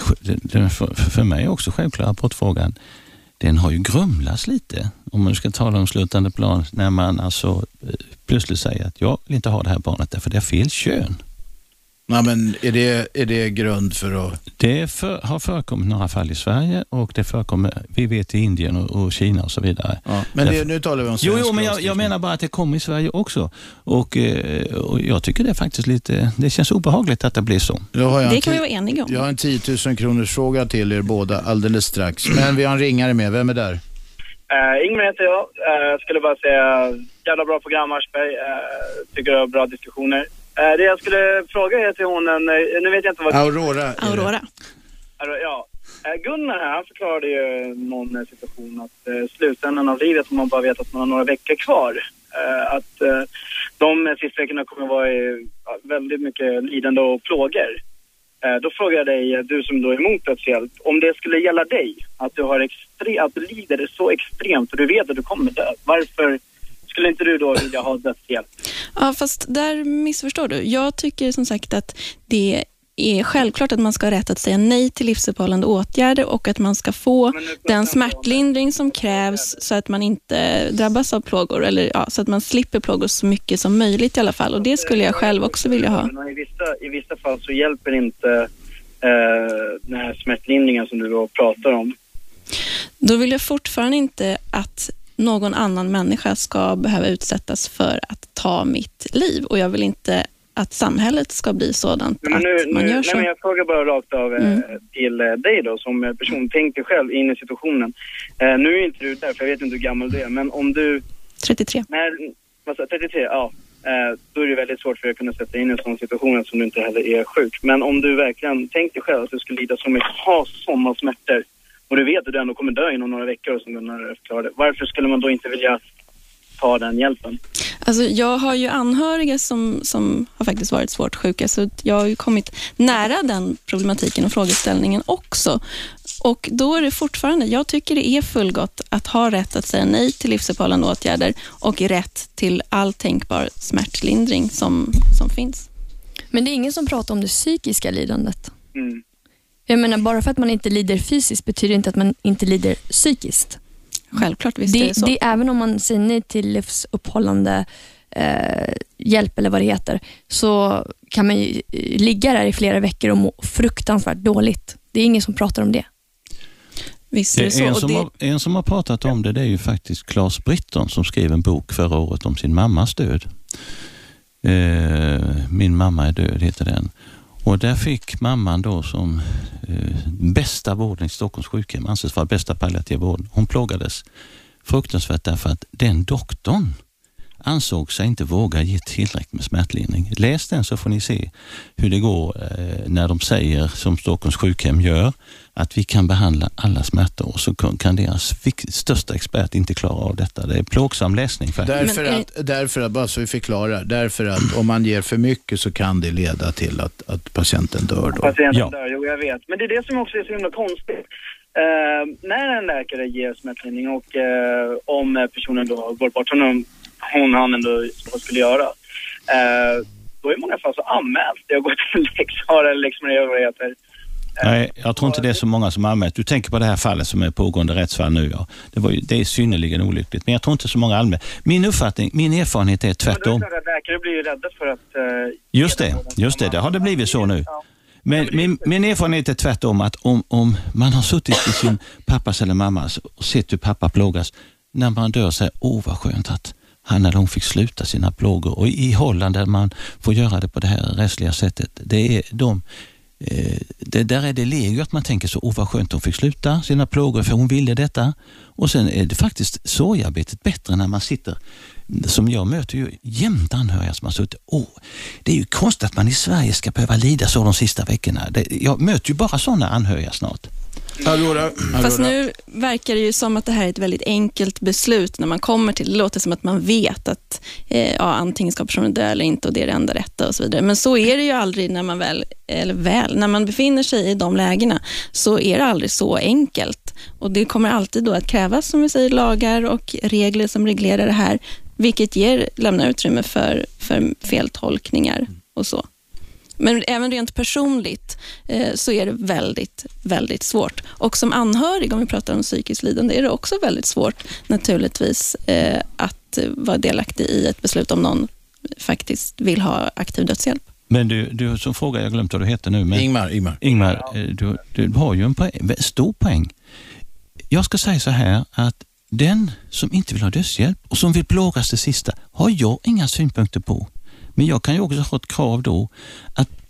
för mig också självklart abortfrågan, den har ju grumlats lite, om man ska tala om slutande plan, när man alltså plötsligt säger att jag vill inte ha det här barnet därför det är fel kön. Nej, men är det grund för att... Det har förekommit några fall i Sverige, och det förekommer, vi vet, i Indien och Kina och så vidare. Ja, men nu talar vi om svensk men jag menar bara att det kommer i Sverige också. Och jag tycker det är faktiskt lite, det känns obehagligt att det blir så. Det kan vi vara eniga om. Jag har en 10 000 kronors fråga till er båda alldeles strax. Men vi har en ringare med. Vem är där? Ingmar heter jag. Skulle bara säga, jävla bra program, Aschberg. Tycker du har bra diskussioner. Det jag skulle fråga är till honen, nu vet jag inte vad... Aurora. Ja. Gunnar här, han förklarade ju någon situation att slutändan av livet, om man bara vet att man har några veckor kvar, att de sista veckorna kommer vara väldigt mycket lidande och plågor. Då frågar jag dig, du som då är emot dödshjälp, om det skulle gälla dig, att du lider så extremt och du vet att du kommer dö, varför skulle inte du då vilja ha dödshjälp? Ja, fast där missförstår du. Jag tycker som sagt att det är självklart att man ska ha rätt att säga nej till livsuppehållande åtgärder, och att man ska få den smärtlindring som krävs så att man inte drabbas av plågor, eller så att man slipper plågor så mycket som möjligt i alla fall, och det skulle jag själv också vilja ha. I vissa fall så hjälper inte den här smärtlindringen som du pratar om. Då vill jag fortfarande inte att någon annan människa ska behöva utsättas för att ta mitt liv, och jag vill inte att samhället ska bli sådant att man gör så. Men jag frågar bara rakt av till dig då som person. Tänk dig själv in i situationen. Nu är inte du där, för jag vet inte hur gammal du är, men om du... 33. 33, ja. Då är det väldigt svårt för att kunna sätta in i en sån situation som du inte heller är sjuk. Men om du verkligen tänk dig själv att du skulle lida så mycket, ha sådana smärtor, och du vet att du ändå kommer dö inom några veckor, som Gunnar förklarade. Varför skulle man då inte vilja ta den hjälpen? Alltså, jag har ju anhöriga som har faktiskt varit svårt sjuka, så jag har ju kommit nära den problematiken och frågeställningen också. Och då är det fortfarande, jag tycker det är fullgott att ha rätt att säga nej till livsuppehållande åtgärder och rätt till all tänkbar smärtlindring som finns. Men det är ingen som pratar om det psykiska lidandet. Mm. Jag menar, bara för att man inte lider fysiskt betyder inte att man inte lider psykiskt. Självklart, visst är det så. Det är även om man säger nej till livsuppehållande hjälp eller vad det heter, så kan man ju ligga där i flera veckor och må fruktansvärt dåligt. Det är ingen som pratar om det. Visst är det så. En som har pratat om det är ju faktiskt Claes Britton som skrev en bok förra året om sin mammas död. Min mamma är död heter den. Och där fick mamman då som bästa vården i Stockholms sjukhem, anses vara bästa palliativa vården. Hon plågades fruktansvärt därför att den doktorn ansåg sig inte våga ge tillräckligt med smärtlindring. Läs den så får ni se hur det går när de säger, som Stockholms sjukhem gör, att vi kan behandla alla smärtor, och så kan deras största expert inte klara av detta. Det är plågsam läsning faktiskt. Därför att, bara så vi förklarar, därför att om man ger för mycket så kan det leda till att patienten dör då. Patienten dör, jo jag vet. Men det är det som också är så himla konstigt. När en läkare ger smärtlindring och om personen då går bort som han ändå skulle göra, då är många fall så anmält. Jag går till Leksar eller liksom vad det heter. Nej, jag tror inte det är så många som anmält. Du tänker på det här fallet som är pågående rättsfall nu. Ja. Det är synnerligen olyckligt. Men jag tror inte så många anmält. Min erfarenhet är tvärtom. Men läkare blir ju rädda för att... Just det har det blivit så nu. Ja. Men min erfarenhet är tvärtom, att om man har suttit i sin pappas eller mammas och sett hur pappa plågas, när man dör så vad skönt att han eller hon fick sluta sina plågor. Och i Holland där man får göra det på det här rättsliga sättet, där är det legio att man tänker så, vad skönt hon fick sluta sina plågor för hon ville detta. Och sen är det faktiskt sorgarbetet bättre när man sitter, som jag möter ju jämt anhöriga som har suttit. Det är ju konstigt att man i Sverige ska behöva lida så de sista veckorna. Jag möter ju bara sådana anhöriga snart. Aurora. Fast nu verkar det ju som att det här är ett väldigt enkelt beslut när man kommer till. Det låter som att man vet att antingen ska personen dö eller inte och det är det enda rätta och så vidare. Men så är det ju aldrig när man när man befinner sig i de lägena, så är det aldrig så enkelt. Och det kommer alltid då att krävas, som vi säger, lagar och regler som reglerar det här, vilket lämnar utrymme för feltolkningar och så. Men även rent personligt så är det väldigt, väldigt svårt. Och som anhörig, om vi pratar om psykiskt lidande, är det också väldigt svårt naturligtvis att vara delaktig i ett beslut om någon faktiskt vill ha aktiv dödshjälp. Men du som frågar, jag glömde vad du heter nu. Men Ingmar, du har ju en stor poäng. Jag ska säga så här, att den som inte vill ha dödshjälp och som vill plågas det sista har jag inga synpunkter på. Men jag kan ju också ha ett krav då att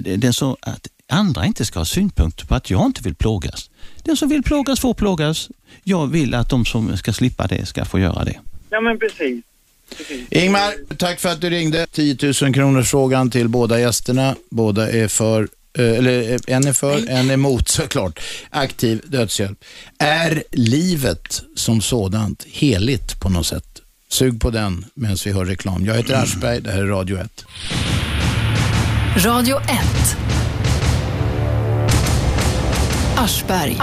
andra inte ska ha synpunkter på att jag inte vill plågas. Den som vill plågas får plågas. Jag vill att de som ska slippa det ska få göra det. Ja, men precis. Ingmar, tack för att du ringde. 10 000 kronors frågan till båda gästerna. Båda är för, en är för, en är emot såklart. Aktiv dödshjälp. Är livet som sådant heligt på något sätt? Sug på den medan vi hör reklam. Jag heter Aschberg, det här är Radio 1. Radio 1. Aschberg.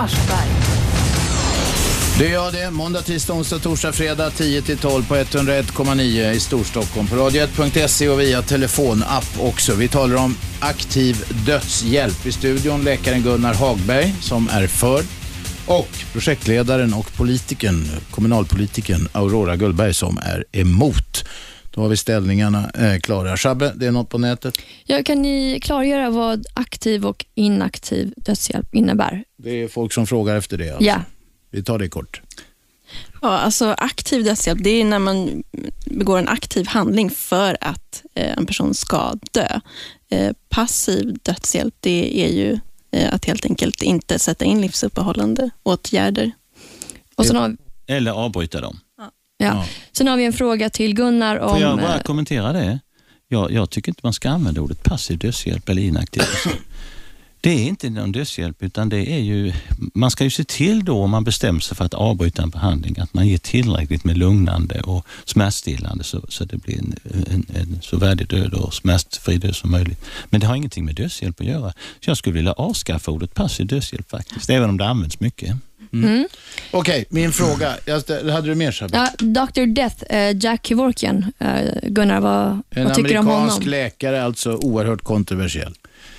Det gör det. Måndag, tisdag, onsdag, torsdag, fredag 10-12 på 101,9 i Storstockholm. På radio1.se och via telefonapp också. Vi talar om aktiv dödshjälp. I studion läkaren Gunnar Hagberg som är för, och projektledaren och kommunalpolitiken Aurora Gullberg som är emot. Då har vi ställningarna klara. Shabbe, det är något på nätet? Kan ni klargöra vad aktiv och inaktiv dödshjälp innebär? Det är folk som frågar efter det. Alltså. Ja. Vi tar det kort. Ja, alltså aktiv dödshjälp, det är när man begår en aktiv handling för att en person ska dö. Passiv dödshjälp, det är ju att helt enkelt inte sätta in livsuppehållande åtgärder. Och sen eller avbryta dem. Ja. Sen har vi en fråga till Gunnar om... Får jag bara kommentera det? Jag tycker inte man ska använda ordet passiv dödshjälp eller inaktiv. Det är inte någon dödshjälp, utan det är ju, man ska ju se till då om man bestämmer sig för att avbryta en behandling att man ger tillräckligt med lugnande och smärtstillande så det blir en så värdig död och smärtfri död som möjligt. Men det har ingenting med dödshjälp att göra. Så jag skulle vilja avskaffa ordet passiv dödshjälp faktiskt, även om det används mycket. Okej, min fråga. Hade du mer, Shabbe? Ja, Dr. Death, Jack Kevorkian. Gunnar, vad tycker du om honom? En amerikansk läkare, alltså oerhört kontroversiell.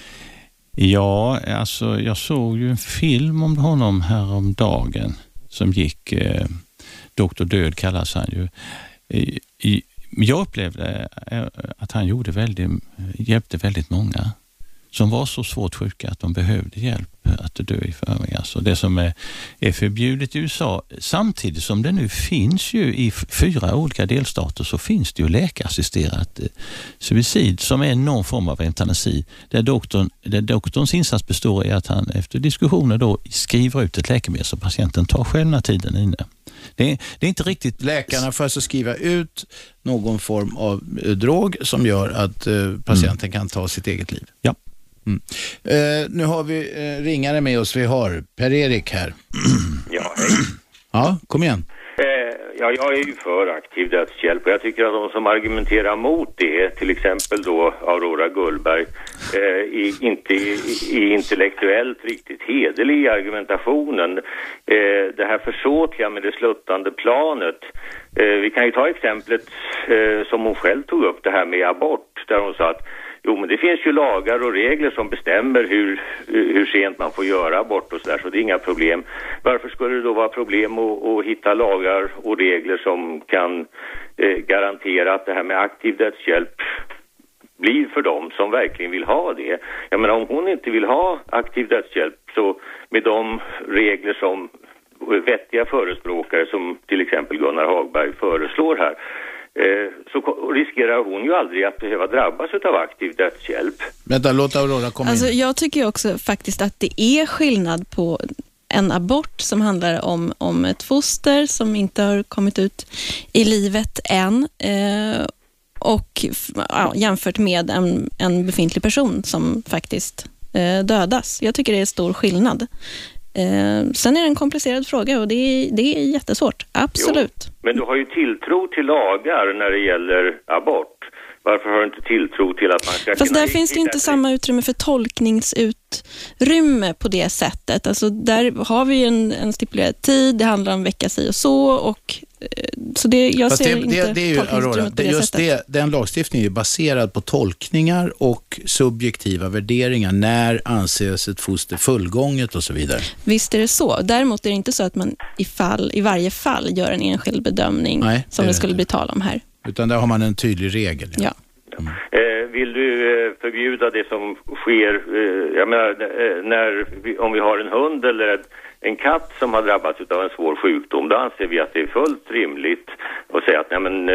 Ja, alltså jag såg ju en film om honom häromdagen som gick, Dr. Död kallas han ju. Jag upplevde att han hjälpte väldigt många som var så svårt sjuka att de behövde hjälp att dö i förväg. Alltså det som är förbjudet i USA, samtidigt som det nu finns ju i 4 olika delstater så finns det ju läkarassisterat suicid som är någon form av eutanasi. Där doktorns insats består i att han efter diskussioner då skriver ut ett läkemedel så patienten tar själv när tiden är inne. Det är inte riktigt... Läkarna får alltså skriva ut någon form av drog som gör att patienten kan ta sitt eget liv. Ja. Nu har vi ringare med oss. Vi har Per-Erik här. Ja, hej. Ja, kom igen. Jag är ju för aktiv dödshjälp och jag tycker att de som argumenterar mot det, till exempel då Aurora Gullberg, inte är intellektuellt riktigt hederlig i argumentationen. Det här försåtliga med det sluttande planet. Vi kan ju ta exemplet som hon själv tog upp, det här med abort, där hon sa att jo, men det finns ju lagar och regler som bestämmer hur sent man får göra abort och sådär, så det är inga problem. Varför skulle det då vara problem att hitta lagar och regler som kan garantera att det här med aktiv dödshjälp blir för dem som verkligen vill ha det? Jag menar, om hon inte vill ha aktiv dödshjälp, så med de regler som vettiga förespråkare som till exempel Gunnar Hagberg föreslår här, så riskerar hon ju aldrig att behöva drabbas av aktiv dödshjälp. Vänta, låt Aurora komma in. Jag tycker också faktiskt att det är skillnad på en abort som handlar om ett foster som inte har kommit ut i livet än och jämfört med en befintlig person som faktiskt dödas. Jag tycker det är stor skillnad. Sen är det en komplicerad fråga och det är jättesvårt, absolut. Jo, men du har ju tilltro till lagar när det gäller abort. Varför har du inte tilltro till att man ska Fast där finns det inte samma utrymme för tolkningsutrymme på det sättet. Alltså där har vi en stipulerad tid, det handlar om vecka si och så, och så det, jag fast ser inte det är ju, Aurora, på det just sättet. Den lagstiftningen är ju baserad på tolkningar och subjektiva värderingar. När anses ett foster fullgånget och så vidare. Visst är det så. Däremot är det inte så att man i varje fall gör en enskild bedömning. Nej, som det skulle bli tal om här. Utan där har man en tydlig regel. Ja. Vill du förbjuda det som sker, jag menar, om vi har en hund eller en katt som har drabbats av en svår sjukdom, då anser vi att det är fullt rimligt att säga att nej, men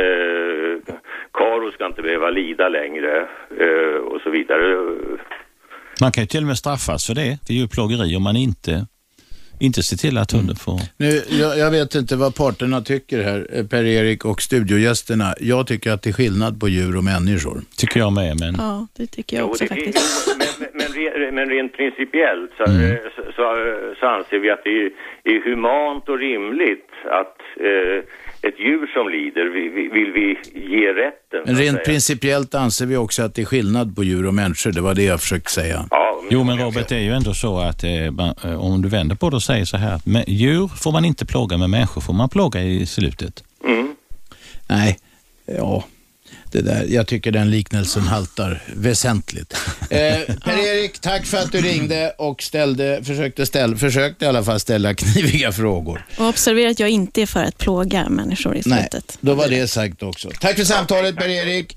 Karo ska inte behöva lida längre och så vidare. Man kan ju till och med straffas för det. Det är ju plågeri om man inte se till att hunden får... Nu, jag vet inte vad parterna tycker här, Per-Erik och studiogästerna. Jag tycker att det är skillnad på djur och människor. Tycker jag med, men... Ja, det tycker jag också faktiskt. Men rent principiellt så anser vi att det är humant och rimligt att ett djur som lider vill vi ge rätten. Men rent principiellt anser vi också att det är skillnad på djur och människor. Det var det jag försökte säga. Ja, jo, men Robert, det är ju ändå så att om du vänder på det och säger så här, att djur får man inte plåga, med människor får man plåga i slutet. Nej, ja... Det där, jag tycker den liknelsen haltar väsentligt. Per-Erik, tack för att du ringde och försökte i alla fall ställa kniviga frågor. Och observera att jag inte är för att plåga människor i slutet. Nej, då var det sagt också. Tack för samtalet, Per-Erik.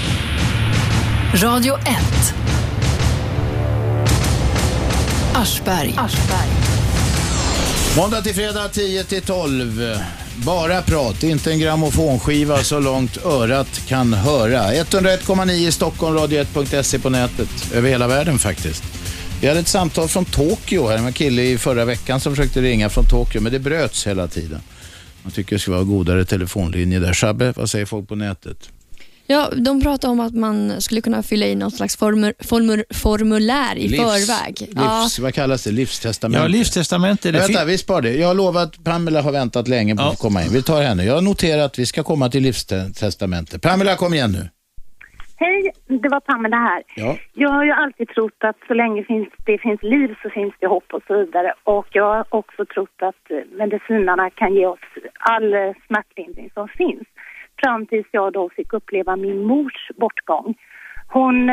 Radio 1. Aschberg. Måndag till fredag 10-12. Bara prat, inte en grammofonskiva så långt örat kan höra. 101,9 i Stockholm, radio1.se på nätet. Över hela världen faktiskt. Vi hade ett samtal från Tokyo här. En kille i förra veckan som försökte ringa från Tokyo, men det bröts hela tiden. Man tycker det ska vara godare telefonlinje där. Shabbe, vad säger folk på nätet? Ja, de pratar om att man skulle kunna fylla i någon slags formulär i förväg. Vad kallas det? Livstestamente? Ja, livstestamente. Vänta, vi spar det. Jag har lovat att Pamela har väntat länge på att komma in. Vi tar henne. Jag har noterat att vi ska komma till livstestamente. Pamela, kom igen nu. Hej, det var Pamela här. Ja. Jag har ju alltid trott att så länge det finns liv så finns det hopp och så vidare. Och jag har också trott att medicinerna kan ge oss all smärtlindring som finns. Fram tills jag då fick uppleva min mors bortgång. Hon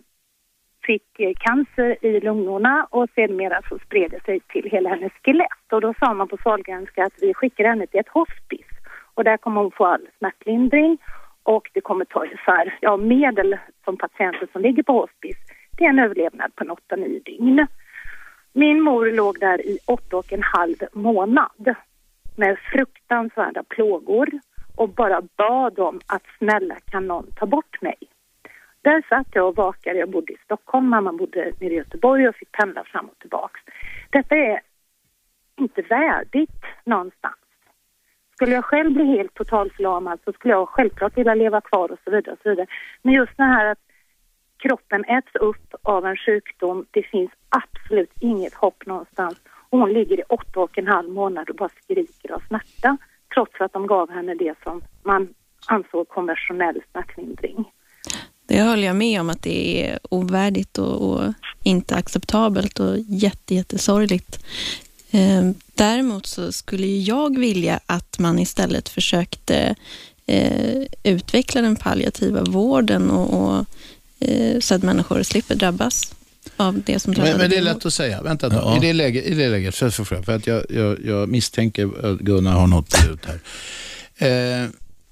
fick cancer i lungorna och sedermera så spred det sig till hela hennes skelett. Och då sa man på Sahlgrenska att vi skickar henne till ett hospice. Och där kommer hon få all smärtlindring. Och det kommer ta ungefär, medel som patienter som ligger på hospice, det är en överlevnad på 8-9 dygn. Min mor låg där i 8,5 månad med fruktansvärda plågor och bara bad om att snälla kan någon ta bort mig. Där satt jag och vakade, jag bodde i Stockholm, mamma bodde nere i Göteborg och fick pendla fram och tillbaka. Detta är inte värdigt någonstans. Skulle jag själv bli helt totalförlamad så skulle jag självklart vilja leva kvar och så vidare och så vidare. Men just det här att kroppen äts upp av en sjukdom, det finns absolut inget hopp någonstans. Och hon ligger i 8,5 månader och bara skriker av smärta. Trots att de gav henne det som man ansåg konventionell smärtlindring. Det håller jag med om, att det är ovärdigt och inte acceptabelt och jättesorgligt. Däremot så skulle jag vilja att man istället försökte utveckla den palliativa vården och så att människor slipper drabbas av det som drabbade. Men det är lätt att säga. Vänta då. Ja. I det läget för att jag misstänker att Gunnar har något ut här.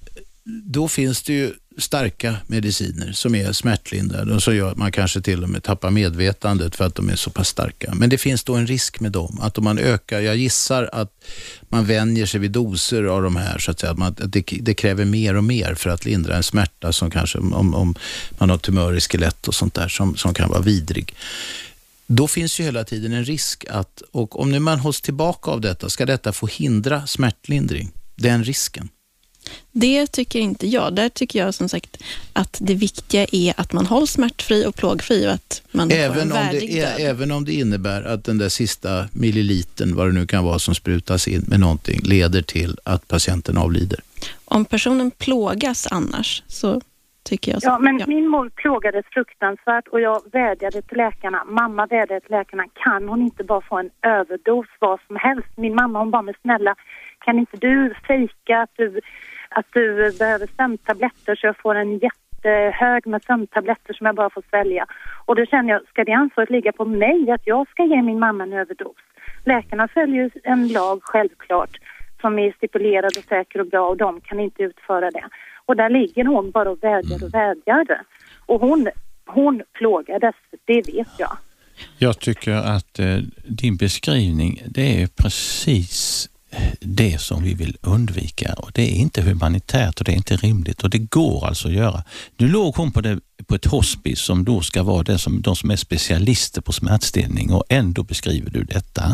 Då finns det ju starka mediciner som är smärtlindrande och så gör att man kanske till och med tappar medvetandet för att de är så pass starka. Men det finns då en risk med dem, att om man ökar, jag gissar att man vänjer sig vid doser av de här så att säga, att det kräver mer och mer för att lindra en smärta som kanske om man har tumör i skelett och sånt där som kan vara vidrig. Då finns ju hela tiden en risk att, och om nu man hålls tillbaka av detta, ska detta få hindra smärtlindring? Den risken. Det tycker inte jag. Där tycker jag som sagt att det viktiga är att man hålls smärtfri och plågfri och att man får en värdig död. Även om det innebär att den där sista millilitern, vad det nu kan vara som sprutas in med någonting, leder till att patienten avlider. Om personen plågas annars så tycker jag så. Ja, men min mor plågades fruktansvärt och jag vädjade till läkarna. Mamma vädjade till läkarna. Kan hon inte bara få en överdos vad som helst? Min mamma, hon bara, men snälla, kan inte du fejka att du behöver sömntabletter så jag får en jättehög med sömntabletter som jag bara får svälja. Och då känner jag, ska det ansvaret ligga på mig att jag ska ge min mamma en överdos? Läkarna följer en lag självklart som är stipulerad och säker och bra och de kan inte utföra det. Och där ligger hon bara och vädjar. Och hon plågades, det vet jag. Jag tycker att din beskrivning, det är precis det som vi vill undvika, och det är inte humanitärt och det är inte rimligt och det går alltså att göra. Nu låg hon på ett hospice som då ska vara de som är specialister på smärtstillning, och ändå beskriver du detta.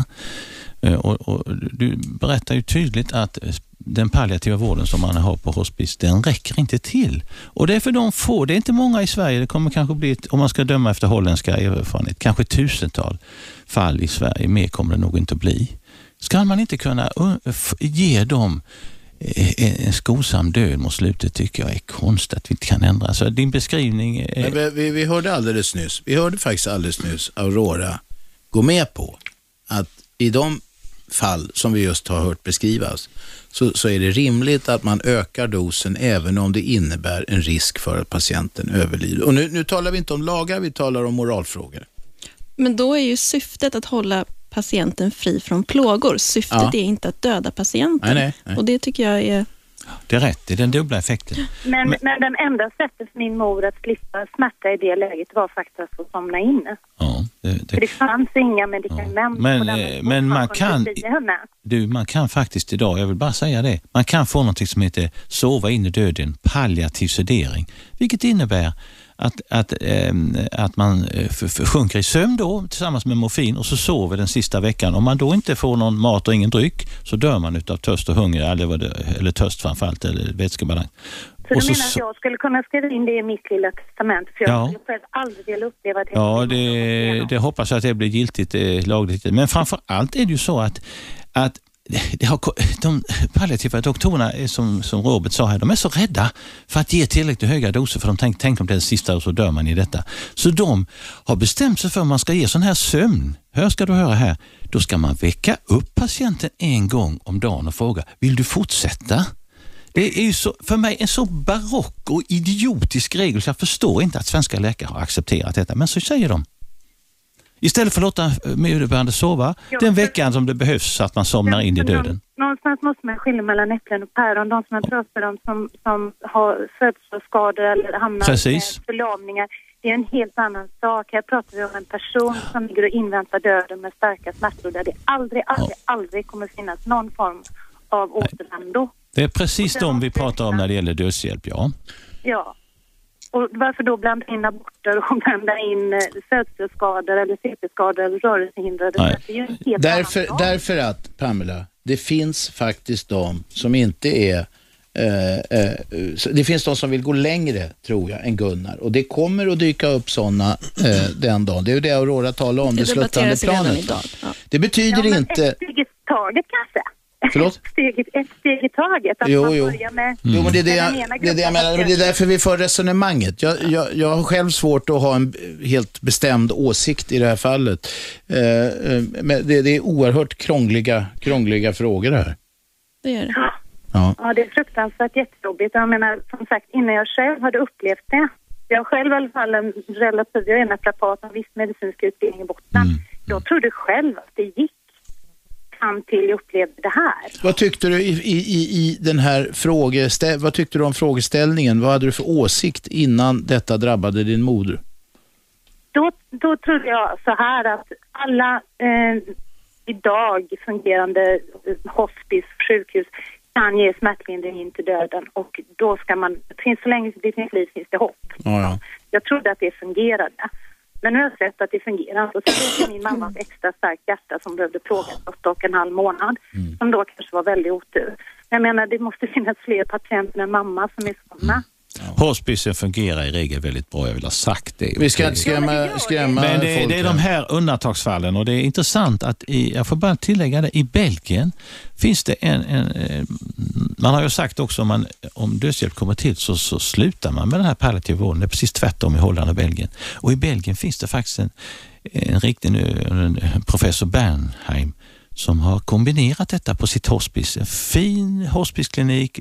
Och du berättar ju tydligt att den palliativa vården som man har på hospice, den räcker inte till. Och det är för de få, det är inte många i Sverige, det kommer kanske bli, om man ska döma efter holländska erfarenhet, kanske 1000-tal fall i Sverige, mer kommer det nog inte att bli. Ska man inte kunna ge dem en skonsam död mot slutet, tycker jag är konstigt att vi inte kan ändra. Så din beskrivning är... Men vi hörde faktiskt alldeles nyss Aurora gå med på att i de fall som vi just har hört beskrivas så är det rimligt att man ökar dosen även om det innebär en risk för att patienten överlider. Och nu talar vi inte om lagar, vi talar om moralfrågor. Men då är ju syftet att hålla patienten fri från plågor. Syftet är inte att döda patienten. Nej. Och det tycker jag är... Det är rätt, det är den dubbla effekten. Men den enda sättet för min mor att slippa smärta i det läget var faktiskt att få somna in. Ja, för det fanns inga medicament. Men man kan faktiskt idag, jag vill bara säga det, man kan få något som heter sova in i döden, palliativ sedering, vilket innebär att man sjunker i sömn då tillsammans med morfin och så sover den sista veckan. Om man då inte får någon mat och ingen dryck så dör man utav törst och hunger eller törst framförallt eller vätskebalans. Så du menar att jag skulle kunna skriva in det i mitt lilla testament? För jag skulle själv aldrig vilja uppleva det. Ja, det hoppas jag att det blir giltigt lagligt. Men framför allt är det ju så att de palliativa doktorerna, som Robert sa här, de är så rädda för att ge tillräckligt höga doser, för de tänker om det är det sista och så dör man i detta. Så de har bestämt sig för att man ska ge sån här sömn. Ska du höra här. Då ska man väcka upp patienten en gång om dagen och fråga, vill du fortsätta? Det är ju så, för mig en så barock och idiotisk regel, så jag förstår inte att svenska läkare har accepterat detta. Men så säger de. Istället för att låta medbehövande sova den veckan som det behövs så att man somnar in i döden. Någonstans måste man skilja mellan äpplen och päron. De som jag pratar om som har födelseskador eller hamnar med förlamningar. Det är en helt annan sak. Här pratar vi om en person som ligger och inväntar döden med starka smärtor där det aldrig kommer finnas någon form av återvändo. Det är precis de vi pratar om när det gäller dödshjälp, Ja. Och varför då blanda in aborter och blanda in födselskador eller CP-skador eller rörelsehindrade? Det är ju en helt därför att, Pamela, det finns faktiskt de som inte är... det finns de som vill gå längre, tror jag, än Gunnar. Och det kommer att dyka upp sådana den dagen. Det är ju det Aurora talar om, det sluttande planet. Det betyder inte... Ett steg i taget kanske. Förlåt? Ett steg i taget. Att man börjar med men det är det jag menar. Men det är därför vi får resonemanget. Jag har själv svårt att ha en helt bestämd åsikt i det här fallet. Men det är oerhört krångliga frågor här. Det är det. Ja, det är fruktansvärt jättejobbigt. Jag menar, som sagt, innan jag själv hade upplevt det. Jag själv i alla fall jag är naprapat och viss medicinsk utbildning i botten. Jag trodde själv att det gick fram till jag upplevde det här. Vad tyckte du i den här vad tyckte du om frågeställningen? Vad hade du för åsikt innan detta drabbade din moder? Då trodde jag så här att alla idag fungerande hospice, sjukhus kan ge smärtlindring in till döden, och då ska man, så länge det finns liv finns det hopp. Ja. Jag trodde att det fungerade. Men nu har jag sett att det fungerar. Och så är min mammas extra starkt hjärta som behövde plågas 8,5 månad. Som då kanske var väldigt otur. Jag menar, det måste finnas fler patienter än mamma som är sådana. Hospicen fungerar i regel väldigt bra, jag vill ha sagt det. Vi ska inte skrämma men det är de här undantagsfallen, och det är intressant att jag får bara tillägga det, i Belgien finns det man har ju sagt också om dödshjälp kommer till så slutar man med den här palliativa vården. Det är precis tvärtom i Holland och Belgien. Och i Belgien finns det faktiskt en riktig professor Bernheim som har kombinerat detta på sitt hospice. En fin hospiceklinik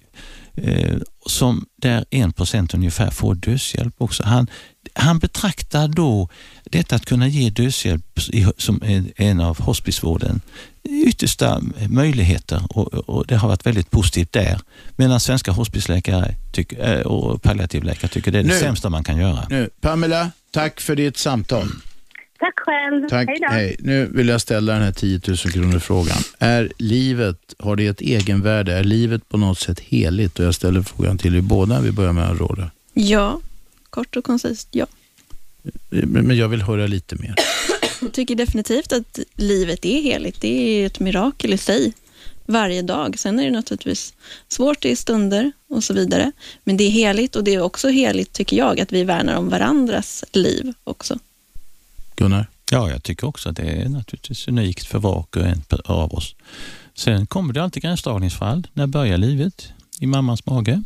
som där 1% ungefär får dödshjälp också. Han betraktar då detta att kunna ge dödshjälp som en av hospicevården yttersta möjligheter, och det har varit väldigt positivt där. Medan svenska hospiceläkare och palliativläkare tycker det är det sämsta man kan göra. Nu, Pamela, tack för ditt samtal. Tack själv. Tack. Hej. Nu vill jag ställa den här 10 000 kronor frågan. Har det ett egenvärde? Är livet på något sätt heligt? Och jag ställer frågan till er båda. Vi börjar med Aurora. Ja, kort och koncist, ja. Men jag vill höra lite mer. Jag tycker definitivt att livet är heligt. Det är ett mirakel i sig varje dag. Sen är det naturligtvis svårt i stunder och så vidare. Men det är heligt, och det är också heligt, tycker jag, att vi värnar om varandras liv också. Gunnar? Ja, jag tycker också att det är naturligtvis unikt för var och en av oss. Sen kommer det alltid gränsdragningsfall. När börjar livet? I mammans mage.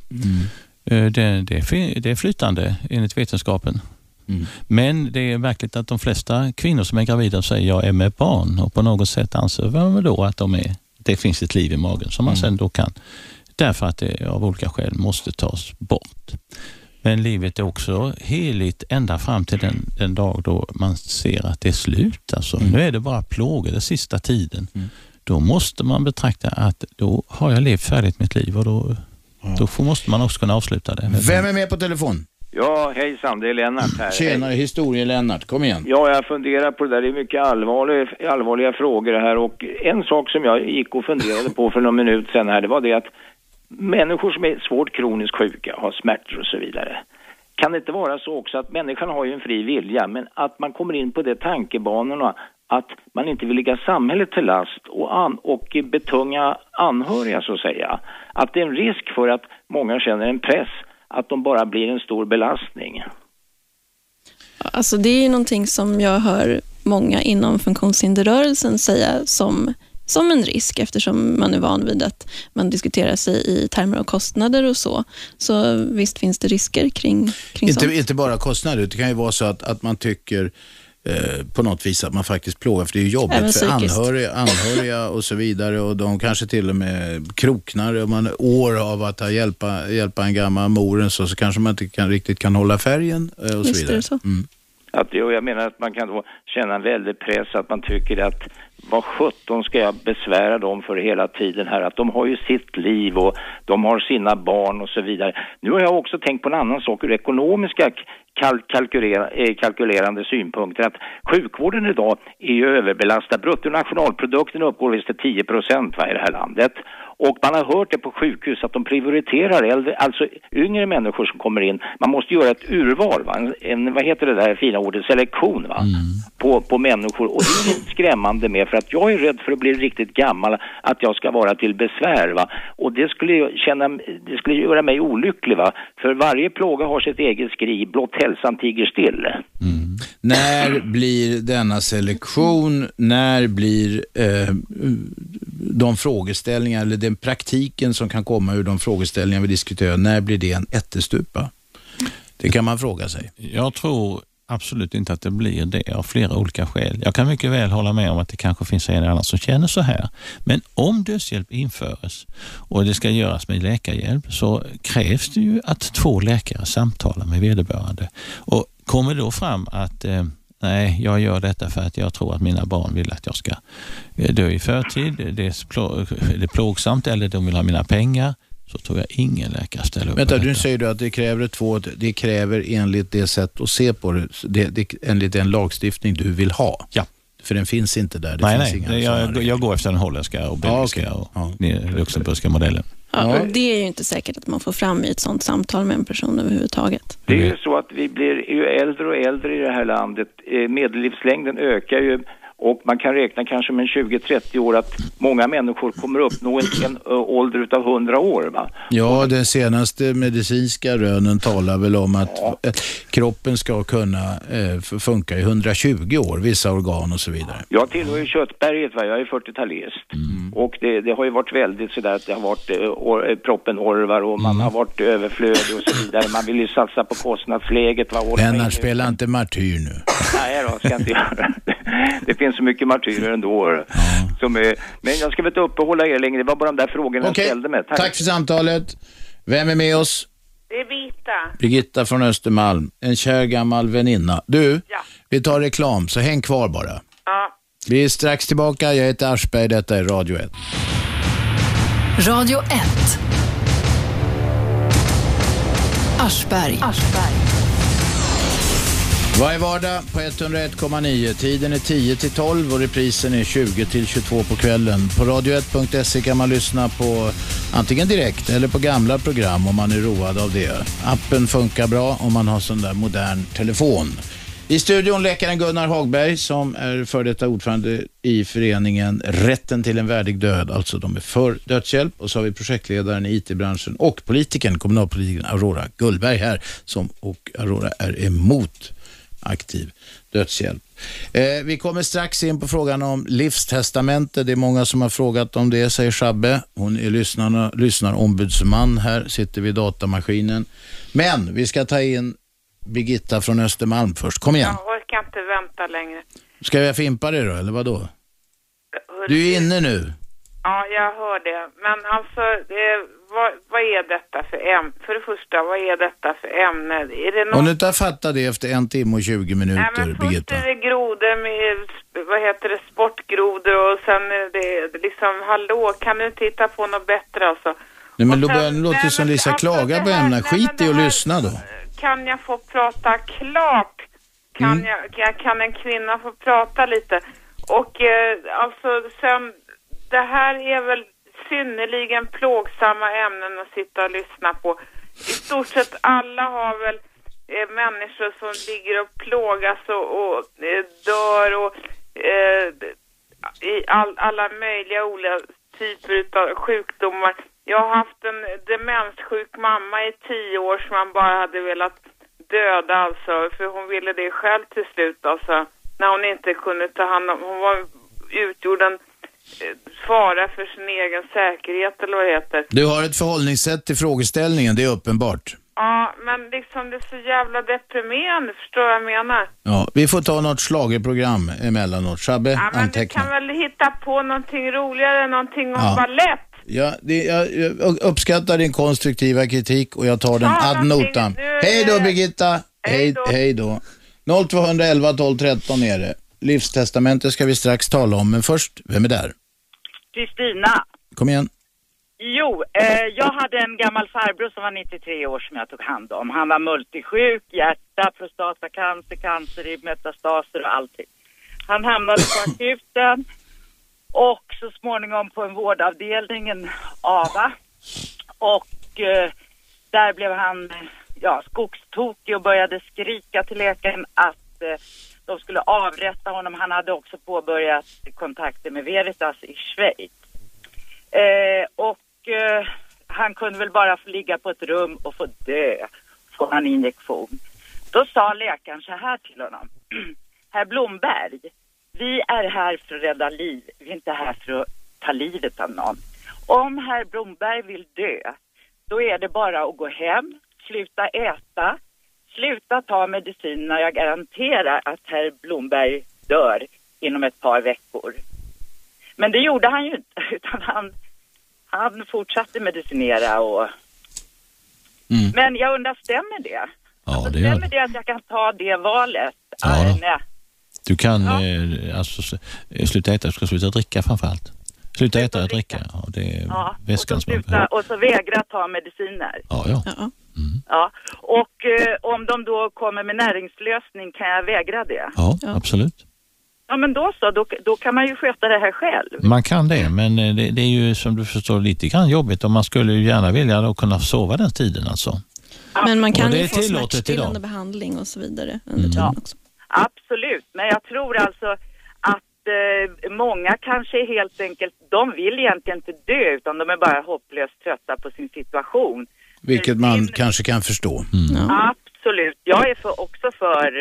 Det är flytande enligt vetenskapen. Men det är verkligt att de flesta kvinnor som är gravida säger jag är med barn, och på något sätt anser man då att det finns ett liv i magen som man sen då kan, därför att det av olika skäl måste tas bort. Men livet är också heligt ända fram till den dag då man ser att det är slut. Alltså, nu är det bara plågor den sista tiden. Då måste man betrakta att då har jag levt färdigt mitt liv, och då måste man också kunna avsluta det. Vem är med på telefon? Ja, hejsan, det är Lennart här. Tjenare, historie-Lennart, kom igen. Ja, jag funderar på det där, det är mycket allvarliga frågor här, och en sak som jag gick och funderade på för någon minut sedan här, det var det att människor som är svårt kroniskt sjuka, har smärtor och så vidare. Kan det inte vara så också att människan har ju en fri vilja, men att man kommer in på de tankebanorna att man inte vill ligga samhället till last och betunga anhöriga så att säga. Att det är en risk för att många känner en press att de bara blir en stor belastning? Alltså det är ju någonting som jag hör många inom funktionshinderrörelsen säga som en risk, eftersom man är van vid att man diskuterar sig i termer av kostnader och så. Så visst finns det risker kring sånt. Inte bara kostnader, det kan ju vara så att man tycker på något vis att man faktiskt plågar, för det är ju jobbigt för anhöriga och så vidare, och de kanske till och med kroknar om man år av att hjälpa en gammal moren, så kanske man inte riktigt kan hålla färgen och så vidare. Är det så? Jag menar att man kan då känna en väldig press, att man tycker att vad 17 ska jag besvära dem för hela tiden här, att de har ju sitt liv och de har sina barn och så vidare. Nu har jag också tänkt på en annan sak ur ekonomiska kalkylerande synpunkter, att sjukvården idag är ju överbelastad. Bruttonationalprodukten uppgår visst till 10% i det här landet. Och man har hört det på sjukhus att de prioriterar äldre, alltså yngre människor som kommer in. Man måste göra ett urval, vad heter det där fina ordet, selektion på människor. Och det är skrämmande med, för att jag är rädd för att bli riktigt gammal, att jag ska vara till besvär. Och det skulle göra mig olycklig. För varje plåga har sitt eget skri, blott hälsan tiger still. När blir denna selektion, när blir de frågeställningar eller den praktiken som kan komma ur de frågeställningar vi diskuterar, när blir det en ättestupa? Det kan man fråga sig. Jag tror absolut inte att det blir det av flera olika skäl. Jag kan mycket väl hålla med om att det kanske finns en eller annan som känner så här. Men om dödshjälp införs och det ska göras med läkarhjälp, så krävs det ju att 2 läkare samtalar med vederbörande. Och kommer då fram att nej, jag gör detta för att jag tror att mina barn vill att jag ska dö i förtid, det är plågsamt, eller de vill ha mina pengar, så tror jag ingen läkare ställer upp. Vänta, du säger du att det kräver det kräver enligt det sätt att se på det enligt den lagstiftning du vill ha. Ja. För den finns inte där. Jag går efter den holländska och belgiska och luxemburgska modellen. Ja, och det är ju inte säkert att man får fram i ett sånt samtal med en person överhuvudtaget. Det är ju så att vi blir ju äldre och äldre i det här landet. Medellivslängden ökar ju, och man kan räkna kanske med 20-30 år att många människor kommer uppnå en ålder utav 100 år. Va? Ja, den senaste medicinska rönen talar väl om att kroppen ska kunna funka i 120 år, vissa organ och så vidare. Jag tillhör ju köttberget, jag är 40-talist. Och det har ju varit väldigt sådär att det har varit proppen orvar och man har varit överflödig och så vidare. Man vill ju satsa på kostnadsläget. Lennart, spelar inte martyr nu. Nej då, ska jag inte göra. Det finns så mycket martyrer ändå. Men jag ska väl inte uppehålla er längre. Det var bara de där frågorna jag ställde mig. Tack för samtalet. Vem är med oss? Det är Birgitta från Östermalm. En kär gammal väninna. Du, vi tar reklam, så häng kvar bara. Ja. Vi är strax tillbaka. Jag heter Aschberg, detta är Radio 1. Radio 1. Aschberg. Varje vardag på 101,9. Tiden är 10-12 och reprisen är 20-22 på kvällen. På radio1.se kan man lyssna på antingen direkt eller på gamla program om man är road av det. Appen funkar bra om man har sån där modern telefon. I studion läkaren Gunnar Hagberg, som är för detta ordförande i föreningen Rätten till en värdig död. Alltså de är för dödshjälp. Och så har vi projektledaren i IT-branschen och kommunalpolitikern Aurora Gullberg här, och Aurora är emot aktiv dödshjälp. Vi kommer strax in på frågan om livstestamente. Det är många som har frågat om det, säger Shabbe. Hon är lyssnarombudsman här, sitter vid datamaskinen. Men vi ska ta in Birgitta från Östermalm först. Kom igen. Jag orkar inte vänta längre. Ska jag fimpa det då, eller vad då? Du är inne nu. Ja, jag hör det. Men alltså, vad är detta för ämne? För det första, vad är detta för ämne? Är det någon... Om du inte har fattat det efter 1 timme och 20 minuter, Nej, men Birgitta. först är det grodor med, sportgrodor, och sen är det liksom, hallå, kan du inte hitta på något bättre alltså? Nej, men det låter som Lisa klagar på ämnen. Skit i och lyssna då. Kan jag få prata klart? Kan en kvinna få prata lite? Och alltså sen, det här är väl synnerligen plågsamma ämnen att sitta och lyssna på. I stort sett alla har väl människor som ligger och plågas och dör och i alla möjliga olika typer av sjukdomar. Jag har haft en demenssjuk mamma i 10 år som man bara hade velat döda alltså. För hon ville det själv till slut alltså. När hon inte kunde ta hand om... Hon utgjorde en fara för sin egen säkerhet eller vad det heter. Du har ett förhållningssätt till frågeställningen, det är uppenbart. Ja, men liksom det är så jävla deprimerande, förstår jag menar. Ja, vi får ta något schlagerprogram emellanåt. Shabbe, ja, men anteckna. Du kan väl hitta på någonting roligare, någonting om balett. Ja, jag uppskattar din konstruktiva kritik och jag tar den ad notam. Hej då Birgitta! Hej då. 0211 12 13 är det. Livstestamentet ska vi strax tala om, men först, vem är där? Kristina. Kom igen. Jo, jag hade en gammal farbror som var 93 år som jag tog hand om. Han var multisjuk, hjärta, prostatacancer, cancer i metastaser och allting. Han hamnade på akuten och så småningom på en vårdavdelning, en AVA. Och där blev han skogstokig och började skrika till läkaren att de skulle avrätta honom. Han hade också påbörjat kontakter med Veritas i Schweiz. Han kunde väl bara få ligga på ett rum och få dö. Få en injektion. Då sa läkaren så här till honom. Herr Blomberg, vi är här för att rädda liv. Vi är inte här för att ta livet av någon. Om herr Blomberg vill dö, då är det bara att gå hem, sluta äta, sluta ta medicinerna. Jag garanterar att herr Blomberg dör inom ett par veckor. Men det gjorde han ju inte, utan han fortsatte medicinera och... Men jag undrar, stämmer det? Ja, det stämmer det att jag kan ta det valet? Ja, du kan sluta äta, du ska sluta dricka framförallt. Sluta äta och dricka. Ja, det är väskan som man behöver. Och så vägra ta mediciner. Ja. Och om de då kommer med näringslösning, kan jag vägra det? Ja, absolut. Ja, men då kan man ju sköta det här själv. Man kan det, men det är ju som du förstår lite grann jobbigt och man skulle ju gärna vilja då kunna sova den tiden alltså. Men man kan ju få smärtstillande behandling och så vidare under tiden också. Absolut, men jag tror alltså att många kanske helt enkelt, de vill egentligen inte dö utan de är bara hopplöst trötta på sin situation. Vilket man kanske kan förstå. Absolut, jag är också för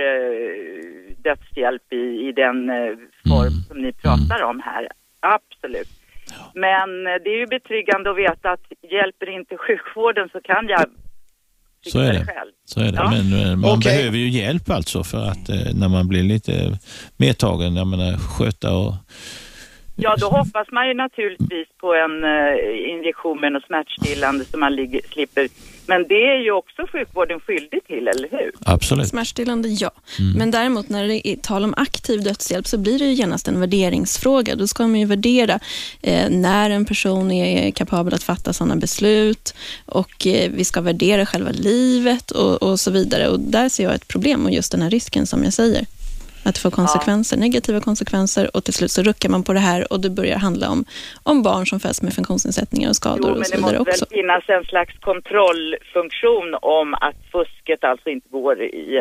dödshjälp i den form som ni pratar om här. Absolut. Men det är ju betryggande att veta att hjälper inte sjukvården så kan jag så är det. Själv. Så är det. Men man behöver ju hjälp alltså för att när man blir lite medtagen, jag menar sköta och... Ja, då hoppas man ju naturligtvis på en injektion med något smärtstillande så man slipper. Men det är ju också sjukvården skyldig till, eller hur? Absolut. Smärtstillande, ja. Men däremot när det är tal om aktiv dödshjälp så blir det ju genast en värderingsfråga. Då ska man ju värdera när en person är kapabel att fatta sådana beslut och vi ska värdera själva livet och så vidare. Och där ser jag ett problem och just den här risken som jag säger. Att få konsekvenser, negativa konsekvenser och till slut så ruckar man på det här och det börjar handla om barn som föds med funktionsnedsättningar och skador och så vidare också. Men det måste väl finnas en slags kontrollfunktion om att fusket alltså inte går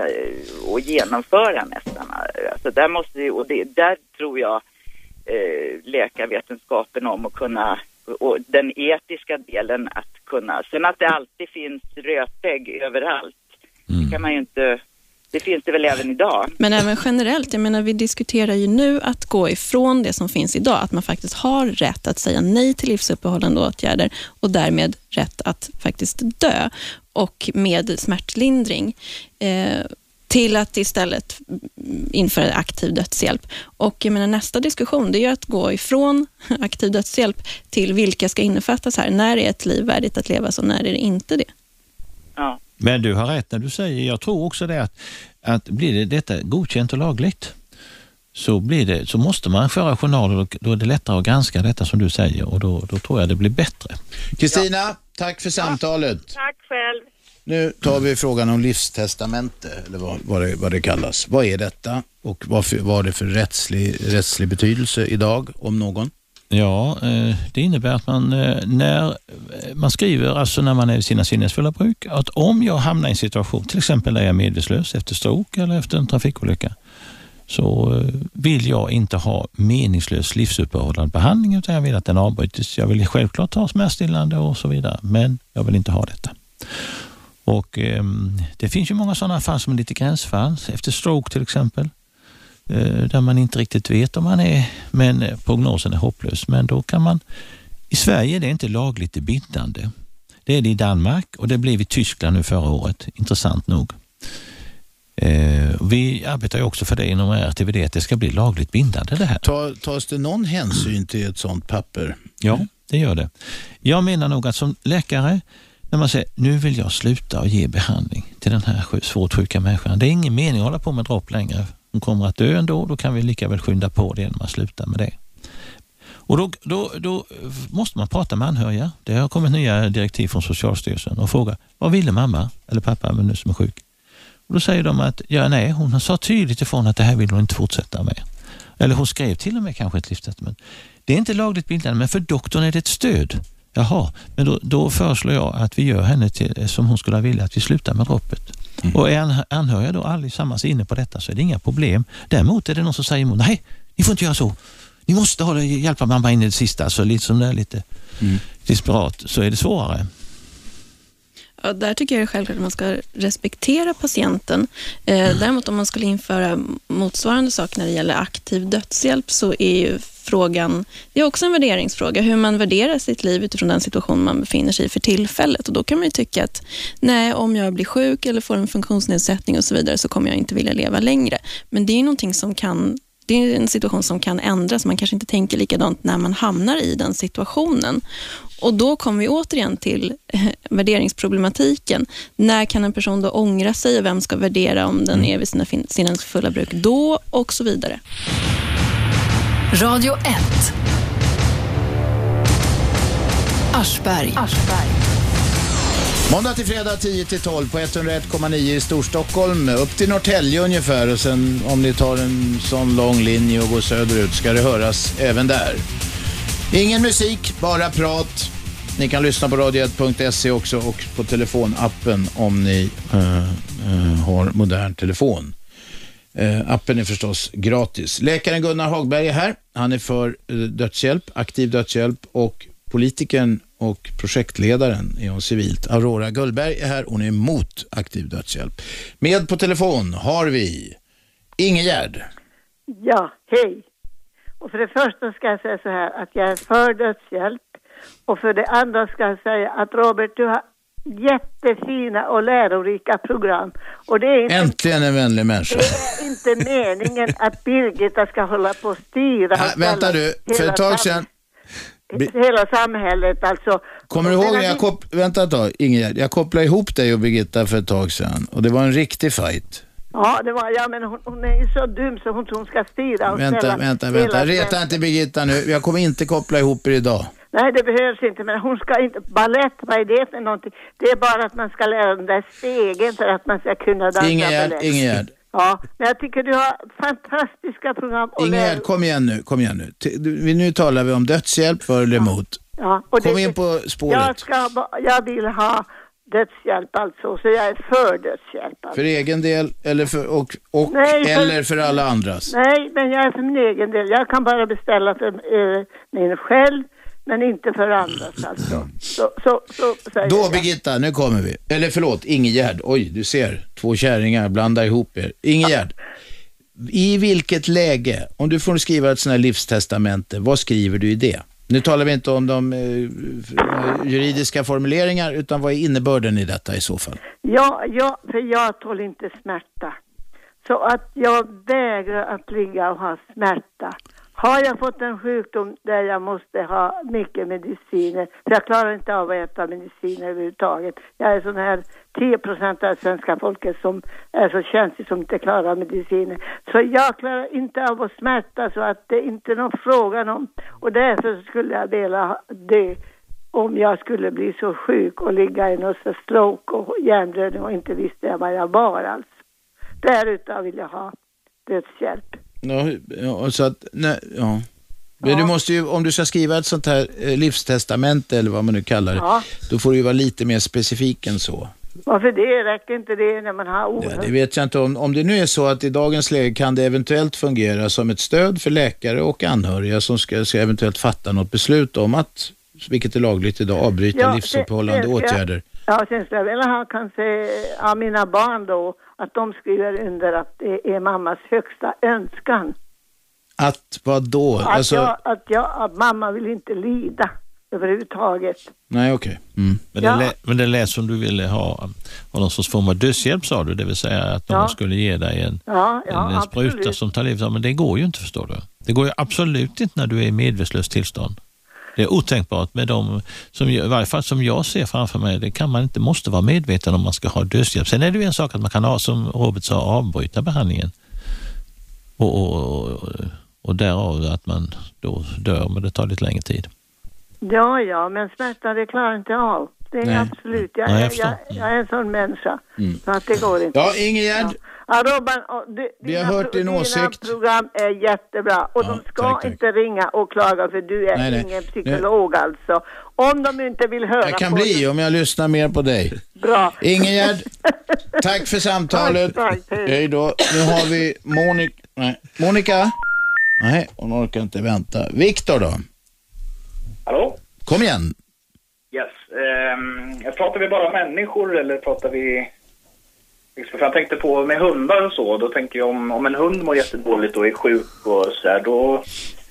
att genomföra nästan. Alltså där måste det, och där tror jag läkarvetenskapen om att kunna, och den etiska delen att kunna. Sen att det alltid finns rötägg överallt, det kan man ju inte... Det finns det väl även idag. Men även generellt, jag menar vi diskuterar ju nu att gå ifrån det som finns idag. Att man faktiskt har rätt att säga nej till livsuppehållande åtgärder och därmed rätt att faktiskt dö. Och med smärtlindring till att istället införa aktiv dödshjälp. Och jag menar nästa diskussion det är ju att gå ifrån aktiv dödshjälp till vilka ska innefattas här. När är ett liv värdigt att leva så när är det inte det? Ja. Men du har rätt när du säger, jag tror också det att blir detta godkänt och lagligt så måste man föra journaler och då är det lättare att granska detta som du säger och då tror jag det blir bättre. Kristina, tack för samtalet. Tack själv. Nu tar vi frågan om livstestamente eller vad det kallas. Vad är detta och vad är det för rättslig betydelse idag om någon? Ja, det innebär att man när man skriver, alltså när man är i sina sinnesfulla bruk, att om jag hamnar i en situation, till exempel där jag är medvetslös efter stroke eller efter en trafikolycka, så vill jag inte ha meningslös livsuppehållande behandling, utan jag vill att den avbryts. Jag vill självklart ha smärtstillande och så vidare, men jag vill inte ha detta. Och det finns ju många sådana fall som är lite gränsfall, efter stroke till exempel, där man inte riktigt vet om man är, men prognosen är hopplös. Men då kan man, i Sverige är det inte lagligt bindande. Det är det i Danmark och det blev i Tyskland nu förra året, intressant nog. Vi arbetar ju också för det inom RTVD, att det ska bli lagligt bindande det här. Tas det någon hänsyn till ett sånt papper? Ja, det gör det. Jag menar nog att som läkare, när man säger nu vill jag sluta och ge behandling till den här svårt sjuka människan, det är ingen mening att hålla på med dropp längre. Hon kommer att dö ändå, då kan vi lika väl skynda på det när man slutar med det. Och då måste man prata med anhöriga. Det har kommit nya direktiv från Socialstyrelsen och fråga, vad ville mamma eller pappa men nu som är sjuk? Och då säger de att hon sa tydligt ifrån att det här vill hon inte fortsätta med. Eller hon skrev till och med kanske ett livstestament. Det är inte lagligt bindande, men för doktorn är det ett stöd. Jaha, men då föreslår jag att vi gör henne till som hon skulle vilja, att vi slutar med droppet. Och är anhöriga då allesammans inne på detta, så är det inga problem. Däremot är det någon som säger emot, nej, ni får inte göra så. Ni måste hjälpa mamma in i det sista, så liksom det är lite desperat, så är det svårare. Ja, där tycker jag självklart att man ska respektera patienten. Däremot om man skulle införa motsvarande sak när det gäller aktiv dödshjälp, så är ju frågan, det är också en värderingsfråga, hur man värderar sitt liv utifrån den situation man befinner sig i för tillfället. Och då kan man ju tycka att nej, om jag blir sjuk eller får en funktionsnedsättning och så vidare, så kommer jag inte vilja leva längre. Men det är någonting som det är en situation som kan ändras. Man kanske inte tänker likadant när man hamnar i den situationen. Och då kommer vi återigen till värderingsproblematiken. När kan en person då ångra sig och vem ska värdera om den är vid sina fulla bruk då och så vidare. Radio 1. Aschberg. Måndag till fredag 10-12 på 101,9 i Storstockholm. Upp till Norrtälje ungefär, och sen om ni tar en sån lång linje och går söderut ska det höras även där. Ingen musik, bara prat. Ni kan lyssna på radio1.se också och på telefonappen om ni har modern telefon. Appen är förstås gratis. Läkaren Gunnar Hagberg är här. Han är för dödshjälp, aktiv dödshjälp, och politikern och projektledaren är hon civilt. Aurora Gullberg är här. Hon är emot aktiv dödshjälp. Med på telefon har vi Ingegärd. Ja, hej. Och för det första ska jag säga så här att jag är för dödshjälp. Och för det andra ska jag säga att Robert, du har jättefina och lärorika program. Och det är inte, äntligen en vänlig människa. Det är inte meningen att Birgitta ska hålla på att styra. Vänta du, för ett tag sedan... Hela samhället alltså. Kommer du ihåg, vänta ett tag, Ingegärd, jag kopplade ihop dig och Birgitta för ett tag sedan. Och det var en riktig fight. Ja, det var, ja, men hon är ju så dum så hon ska styra och Vänta. Reta inte Birgitta nu. Jag kommer inte koppla ihop er idag. Nej, det behövs inte, men hon ska inte... Ballett, vad är det för någonting? Det är bara att man ska lära den där stegen för att man ska kunna dansa ballett. Ingegärd. Ja, men jag tycker du har fantastiska program. Ingegärd, kom igen nu. Nu talar vi om dödshjälp för eller emot. Ja, och kom in på spåret. Jag vill ha dödshjälp alltså, så jag är för dödshjälp. Alltså. För egen del eller för alla andras? Nej, men jag är för min egen del. Jag kan bara beställa för mig själv, men inte för andras alltså. Då Birgitta, nu kommer vi. Eller förlåt, Ingegärd. Oj, du ser, två kärringar blandar ihop er. Ingegärd, i vilket läge, om du får skriva ett sånt här livstestamente, vad skriver du i det? Nu talar vi inte om de juridiska formuleringar, utan vad är innebörden i detta i så fall? Ja, för jag tål inte smärta. Så att jag vägrar att ligga och ha smärta. Har jag fått en sjukdom där jag måste ha mycket mediciner, för jag klarar inte av att äta mediciner överhuvudtaget. Jag är sån här 10% av svenska folket som är så känslig som inte klarar mediciner. Så jag klarar inte av att smärta, så att det inte är någon fråga om. Och därför skulle jag vilja dö om jag skulle bli så sjuk och ligga i någon stroke och hjärnblödning och inte visste vad jag var alltså. Därutav vill jag ha dödshjälp. Ja, så att, nej, ja. Men du måste ju, om du ska skriva ett sånt här livstestamente eller vad man nu kallar det, då får du ju vara lite mer specifik än så. Varför det? Räcker inte det när man har oerhört? Ja, det vet jag inte. Om det nu är så att i dagens läge kan det eventuellt fungera som ett stöd för läkare och anhöriga som ska eventuellt fatta något beslut om att, vilket är lagligt idag, avbryta livsuppehållande åtgärder. Ja, sen skulle jag vilja ha kanske av mina barn då, att de skriver under att det är mammas högsta önskan. Att vad då? Att mamma vill inte lida överhuvudtaget. Nej, okej. Men det lät som du ville ha någon sorts form av dödshjälp, sa du. Det vill säga att de skulle ge dig en spruta som tar livet. Men det går ju inte, förstår du. Det går ju absolut inte när du är i medvetslöst tillstånd. Det är otänkbart med dem som, i varje fall som jag ser framför mig, det kan man inte, måste vara medveten om man ska ha dödshjälp. Sen är det ju en sak att man kan ha, som Robert sa, avbryta behandlingen. Och därav att man då dör, men det tar lite längre tid. Ja, men smärta det klarar inte av. Det är absolut. Jag är en sån människa. Så att det går inte. Ja, Ingegärd. Ja, Robban, vi har hört din åsikt. Dina program är jättebra. Och de ska inte ringa och klaga, för du är ingen psykolog alltså. Om de inte vill höra. Jag kan bli om jag lyssnar mer på dig. Bra. Ingegärd, tack för samtalet. Tack. Hej då. Nu har vi Monica. Nej, hon orkar inte vänta. Viktor då? Hallå? Kom igen. Yes. Pratar vi bara människor eller pratar vi... För jag tänkte på med hundar och så. Då tänker jag om en hund mår jättedåligt och är sjuk och så här, då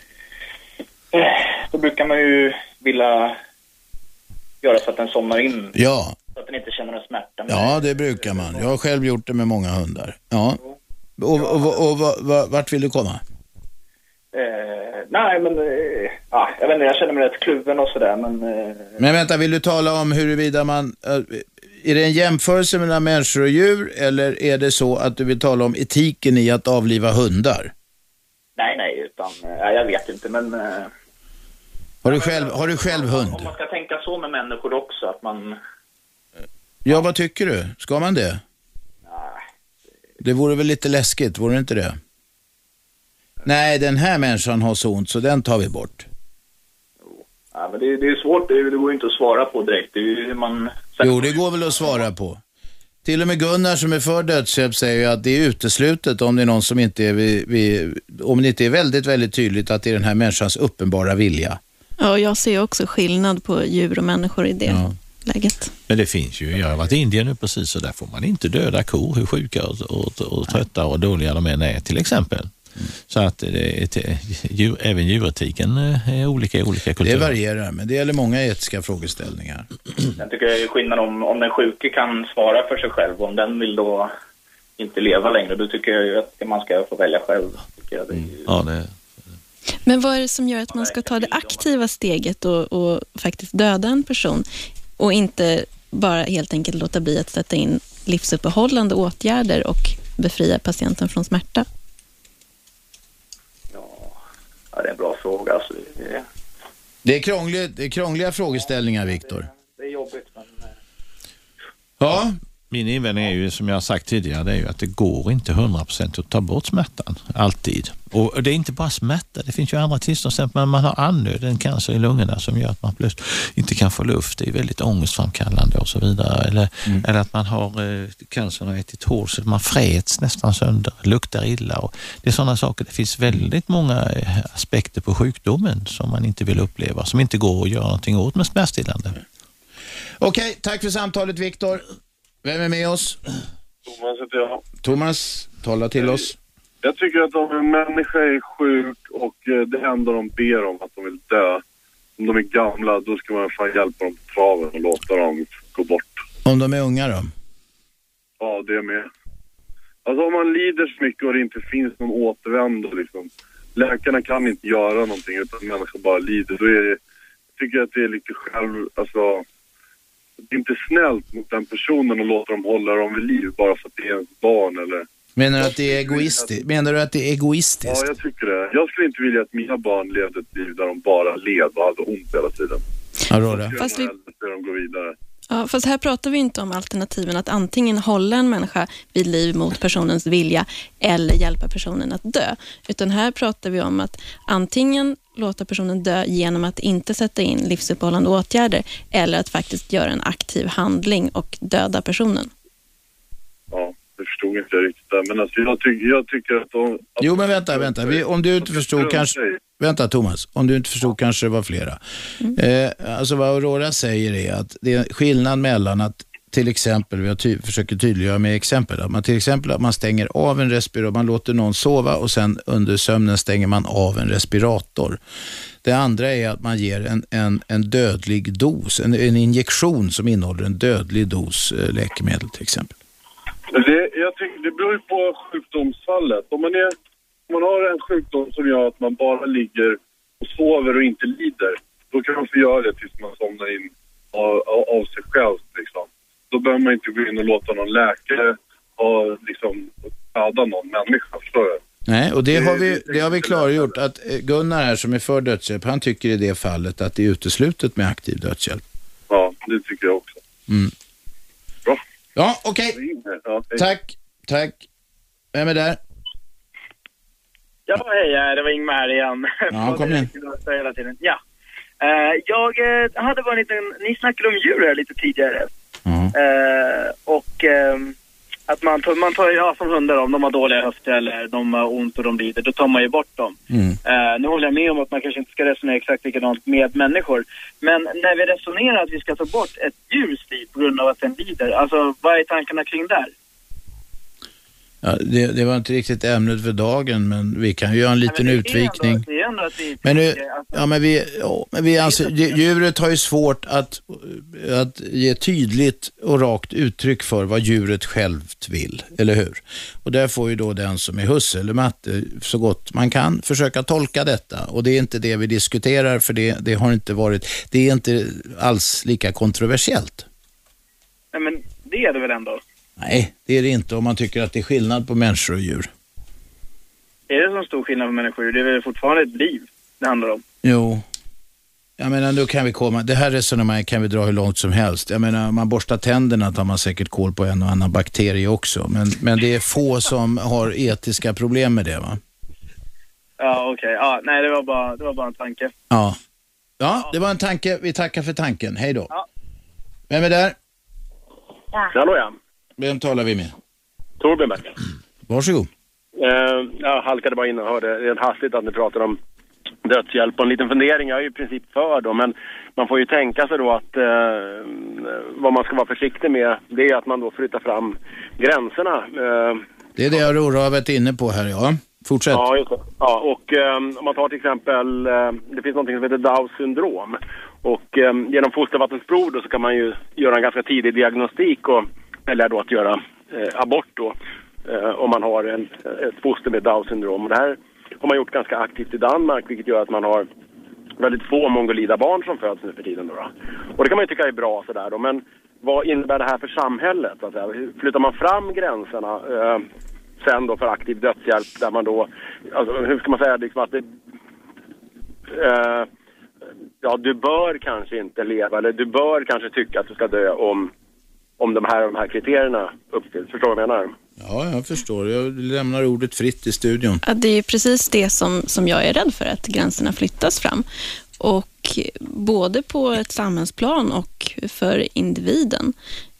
brukar man ju vilja göra så att den somnar in. Ja. Så att den inte känner någon smärta. Ja, det brukar man. Jag har själv gjort det med många hundar. Ja. Och vart vill du komma? Nej, men jag vet inte, jag känner mig rätt kluven och sådär, men vänta, vill du tala om huruvida man... Är det en jämförelse mellan människor och djur, eller är det så att du vill tala om etiken i att avliva hundar? Nej, utan jag vet inte, men... Har du själv hund? Om man ska tänka så med människor också, att man... Ja, vad tycker du? Ska man det? Nej. Det vore väl lite läskigt, vore det inte det? Nej, den här människan har så ont, så den tar vi bort. Ja, men det är svårt, det går ju inte att svara på direkt. Det är ju hur man... Jo, det går väl att svara på. Till och med Gunnar som är för dödshjälp säger ju att det är uteslutet om det är någon som inte är om det inte är väldigt, väldigt tydligt att det är den här människans uppenbara vilja. Ja, jag ser också skillnad på djur och människor i det läget. Men det finns ju, jag har varit i Indien nu precis, så där får man inte döda kor, hur sjuka och trötta och dåliga de är till exempel. Så att även djuretiken är olika i olika kulturer. Det varierar, men det gäller många etiska frågeställningar. Jag tycker det är skillnad om den sjuke kan svara för sig själv. Om den vill då inte leva längre, då tycker jag ju att man ska få välja själv. Tycker jag. Ja, det... Men vad är det som gör att man ska ta det aktiva steget och faktiskt döda en person och inte bara helt enkelt låta bli att sätta in livsuppehållande åtgärder och befria patienten från smärta? Ja, det är en bra fråga. Alltså, det är krångliga frågeställningar, Viktor. Det är jobbigt, men... Ja. Min invändning är ju, som jag har sagt tidigare, det är ju att det går inte 100% att ta bort smärtan. Alltid. Och det är inte bara smärta. Det finns ju andra tillstånd. Exempel man har andnöd, en cancer i lungorna som gör att man plötsligt inte kan få luft. Det är väldigt ångestframkallande och så vidare. Eller att man har cancern och ätit hål så att man fräts nästan sönder. Luktar illa. Och det är sådana saker. Det finns väldigt många aspekter på sjukdomen som man inte vill uppleva. Som inte går att göra någonting åt med smärtstillande. Okej, tack för samtalet, Viktor. Vem är med oss? Thomas heter jag. Thomas, tala till oss. Jag tycker att om en människa är sjuk och det enda de ber om att de vill dö, om de är gamla, då ska man fan hjälpa dem på traven och låta dem gå bort. Om de är unga då? Ja, det är med. Alltså om man lider så mycket och det inte finns någon återvändo liksom. Läkarna kan inte göra någonting utan människan bara lider. Då är det, jag tycker att det är lite alltså det är inte snällt mot den personen och låta dem hålla dem vid liv bara för att det är ens barn eller... Menar du att det är egoistiskt? Ja, jag tycker det. Jag skulle inte vilja att mina barn levde ett liv där de bara led och hade ont hela tiden. Fast de går vidare. Ja, fast här pratar vi inte om alternativen att antingen hålla en människa vid liv mot personens vilja eller hjälpa personen att dö. Utan här pratar vi om att antingen låta personen dö genom att inte sätta in livsuppehållande åtgärder eller att faktiskt göra en aktiv handling och döda personen. Ja, det förstod inte jag riktigt där. Men alltså jag tycker att Jo, men vänta. Om du inte förstod kanske... Vänta Thomas, om du inte förstod kanske det var flera. Alltså vad Aurora säger är att det är skillnad mellan att till exempel, vi försöker tydliggöra med exempel, att man till exempel att man stänger av en respirator, man låter någon sova och sen under sömnen stänger man av en respirator. Det andra är att man ger en dödlig dos, en injektion som innehåller en dödlig dos läkemedel till exempel. Jag tycker det beror ju på sjukdomsfallet. Om man har en sjukdom som gör att man bara ligger och sover och inte lider, då kan man få göra det tills man somnar in av sig själv liksom. Då behöver man inte gå in och låta någon läkare döda någon människa, förstår du? Nej, och det har vi klargjort att Gunnar här som är för dödshjälp, han tycker i det fallet att det är uteslutet med aktiv dödshjälp. Ja, det tycker jag också. Bra. Ja, okej. Tack. Vem är där? Ja, hej, det var Ingmar här igen. Ja, kom igen. Hela tiden. Ja. Jag hade bara en liten... Ni snackade om djur här lite tidigare. Att man tar som hundar, om de har dåliga höfter eller de har ont och de lider, då tar man ju bort dem. Nu håller jag med om att man kanske inte ska resonera exakt likadant med människor. Men när vi resonerar att vi ska ta bort ett djurs liv på grund av att den lider, alltså vad är tankarna kring där? Ja, det var inte riktigt ämnet för dagen, men vi kan ju göra en liten utvikning. Men vi anser, djuret har ju svårt att ge tydligt och rakt uttryck för vad djuret självt vill, eller hur? Och där får ju då den som är husse eller matte så gott man kan försöka tolka detta. Och det är inte det vi diskuterar, för det har inte varit, det är inte alls lika kontroversiellt. Nej, men det är det väl ändå? Nej, det är det inte om man tycker att det är skillnad på människor och djur. Är det så stor skillnad på människor och djur? Det är väl fortfarande ett liv det handlar om? Jo. Jag menar, då kan vi komma... Det här resonemanget kan vi dra hur långt som helst. Jag menar, om man borstar tänderna tar man säkert koll på en och annan bakterie också. Men det är få som har etiska problem med det, va? Ja, okej. Ja, nej, det var bara en tanke. Ja, det var en tanke. Vi tackar för tanken. Hej då. Ja. Vem är där? Ja. Hallå, ja. Vem talar vi med? Torbjörn Backa. Varsågod. Jag halkade bara in och hörde rent hastigt att ni pratar om dödshjälp. Och en liten fundering, jag är ju i princip för då, men man får ju tänka sig då att vad man ska vara försiktig med, det är att man då flyttar fram gränserna. Det är det Aurora har varit inne på här, ja. Fortsätt. Ja, just det. Ja, och om man tar till exempel, det finns något som heter Downs syndrom. Och genom fostervattensprov då så kan man ju göra en ganska tidig diagnostik och välja då att göra abort då om man har ett foster med Downs syndrom. Och det här har man gjort ganska aktivt i Danmark, vilket gör att man har väldigt få mongolida barn som föds nu för tiden då. Och det kan man ju tycka är bra sådär då, men vad innebär det här för samhället? Alltså, flyttar man fram gränserna sen då för aktiv dödshjälp där man då, alltså hur ska man säga liksom att det, du bör kanske inte leva, eller du bör kanske tycka att du ska dö om de här kriterierna uppfylls. Förstår du vad jag menar? Ja, jag förstår. Jag lämnar ordet fritt i studion. Ja, det är ju precis det som jag är rädd för, att gränserna flyttas fram. Och både på ett samhällsplan och för individen.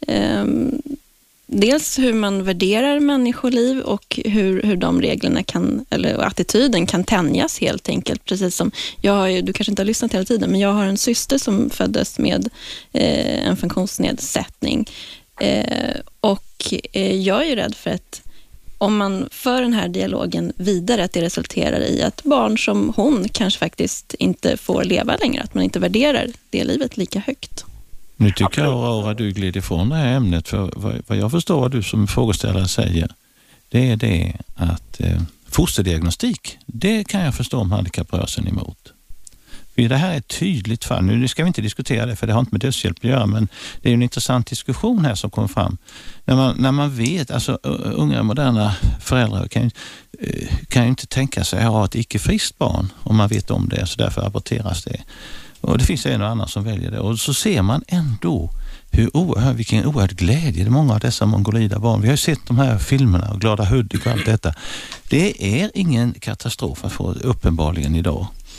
Dels hur man värderar människoliv och hur de reglerna eller attityden kan tänjas helt enkelt. Precis som du kanske inte har lyssnat hela tiden, men jag har en syster som föddes med en funktionsnedsättning. Och jag är ju rädd för att om man för den här dialogen vidare, att det resulterar i att barn som hon kanske faktiskt inte får leva längre, att man inte värderar det livet lika högt. Nu tycker jag, Aurora, du glider ifrån det här ämnet, för vad jag förstår vad du som frågeställare säger, det är det att fosterdiagnostik, det kan jag förstå om handikapprörelsen emot. För det här är ett tydligt fall. Nu ska vi inte diskutera det, för det har inte med dödshjälp att göra, men det är en intressant diskussion här som kommer fram. När man vet, alltså unga moderna föräldrar kan ju inte tänka sig att ha ett icke-friskt barn om man vet om det, så därför aborteras det. Och det finns en och annan som väljer det. Och så ser man ändå vilken oerhörd glädje det är många av dessa mongolida barn. Vi har ju sett de här filmerna och Glada Hudik och allt detta. Det är ingen katastrof att få uppenbarligen idag.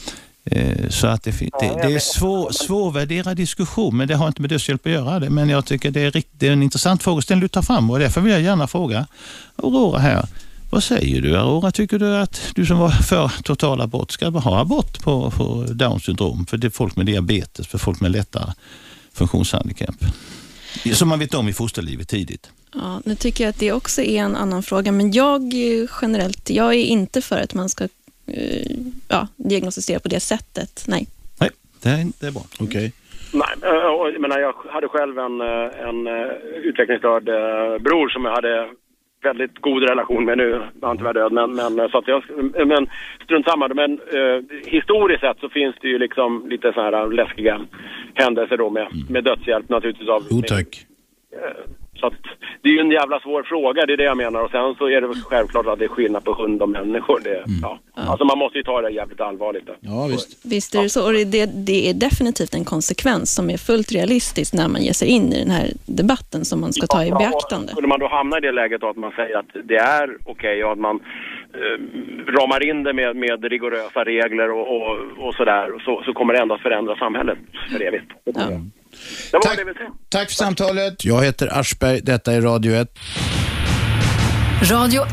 Så att det är svårvärderad diskussion, men det har inte med dödshjälp att göra det. Men jag tycker det är en intressant frågeställning du tar fram, och därför vill jag gärna fråga Aurora här. Vad säger du, Aurora? Tycker du att du som var för total abort ska ha abort på Downs syndrom, för det är folk med diabetes, för folk med lättare funktionshandikapp, som man vet om i fosterlivet tidigt? Ja, nu tycker jag att det också är en annan fråga, men jag är inte för att man ska diagnostisera på det sättet. Nej, det är bra. Okej. Nej, jag hade själv en utvecklingsstörd bror som jag hade väldigt god relation med. Nu var han tyvärr död, men strunt samma. Men historiskt sett så finns det ju liksom lite så här läskiga händelser då med dödshjälp naturligtvis av. Jo, tack. Så att det är ju en jävla svår fråga, det är det jag menar. Och sen så är det självklart att det är skillnad på hund och människor. Alltså man måste ju ta det jävligt allvarligt. Ja, visst. Visst är det så. Och det är definitivt en konsekvens som är fullt realistisk när man ger sig in i den här debatten som man ska ta i beaktande. Skulle man då hamna i det läget att man säger att det är okej och att man ramar in det med rigorösa regler och sådär, så kommer det ändå att förändra samhället för evigt. Tack för samtalet. Jag heter Aschberg, detta är Radio 1. Radio 1.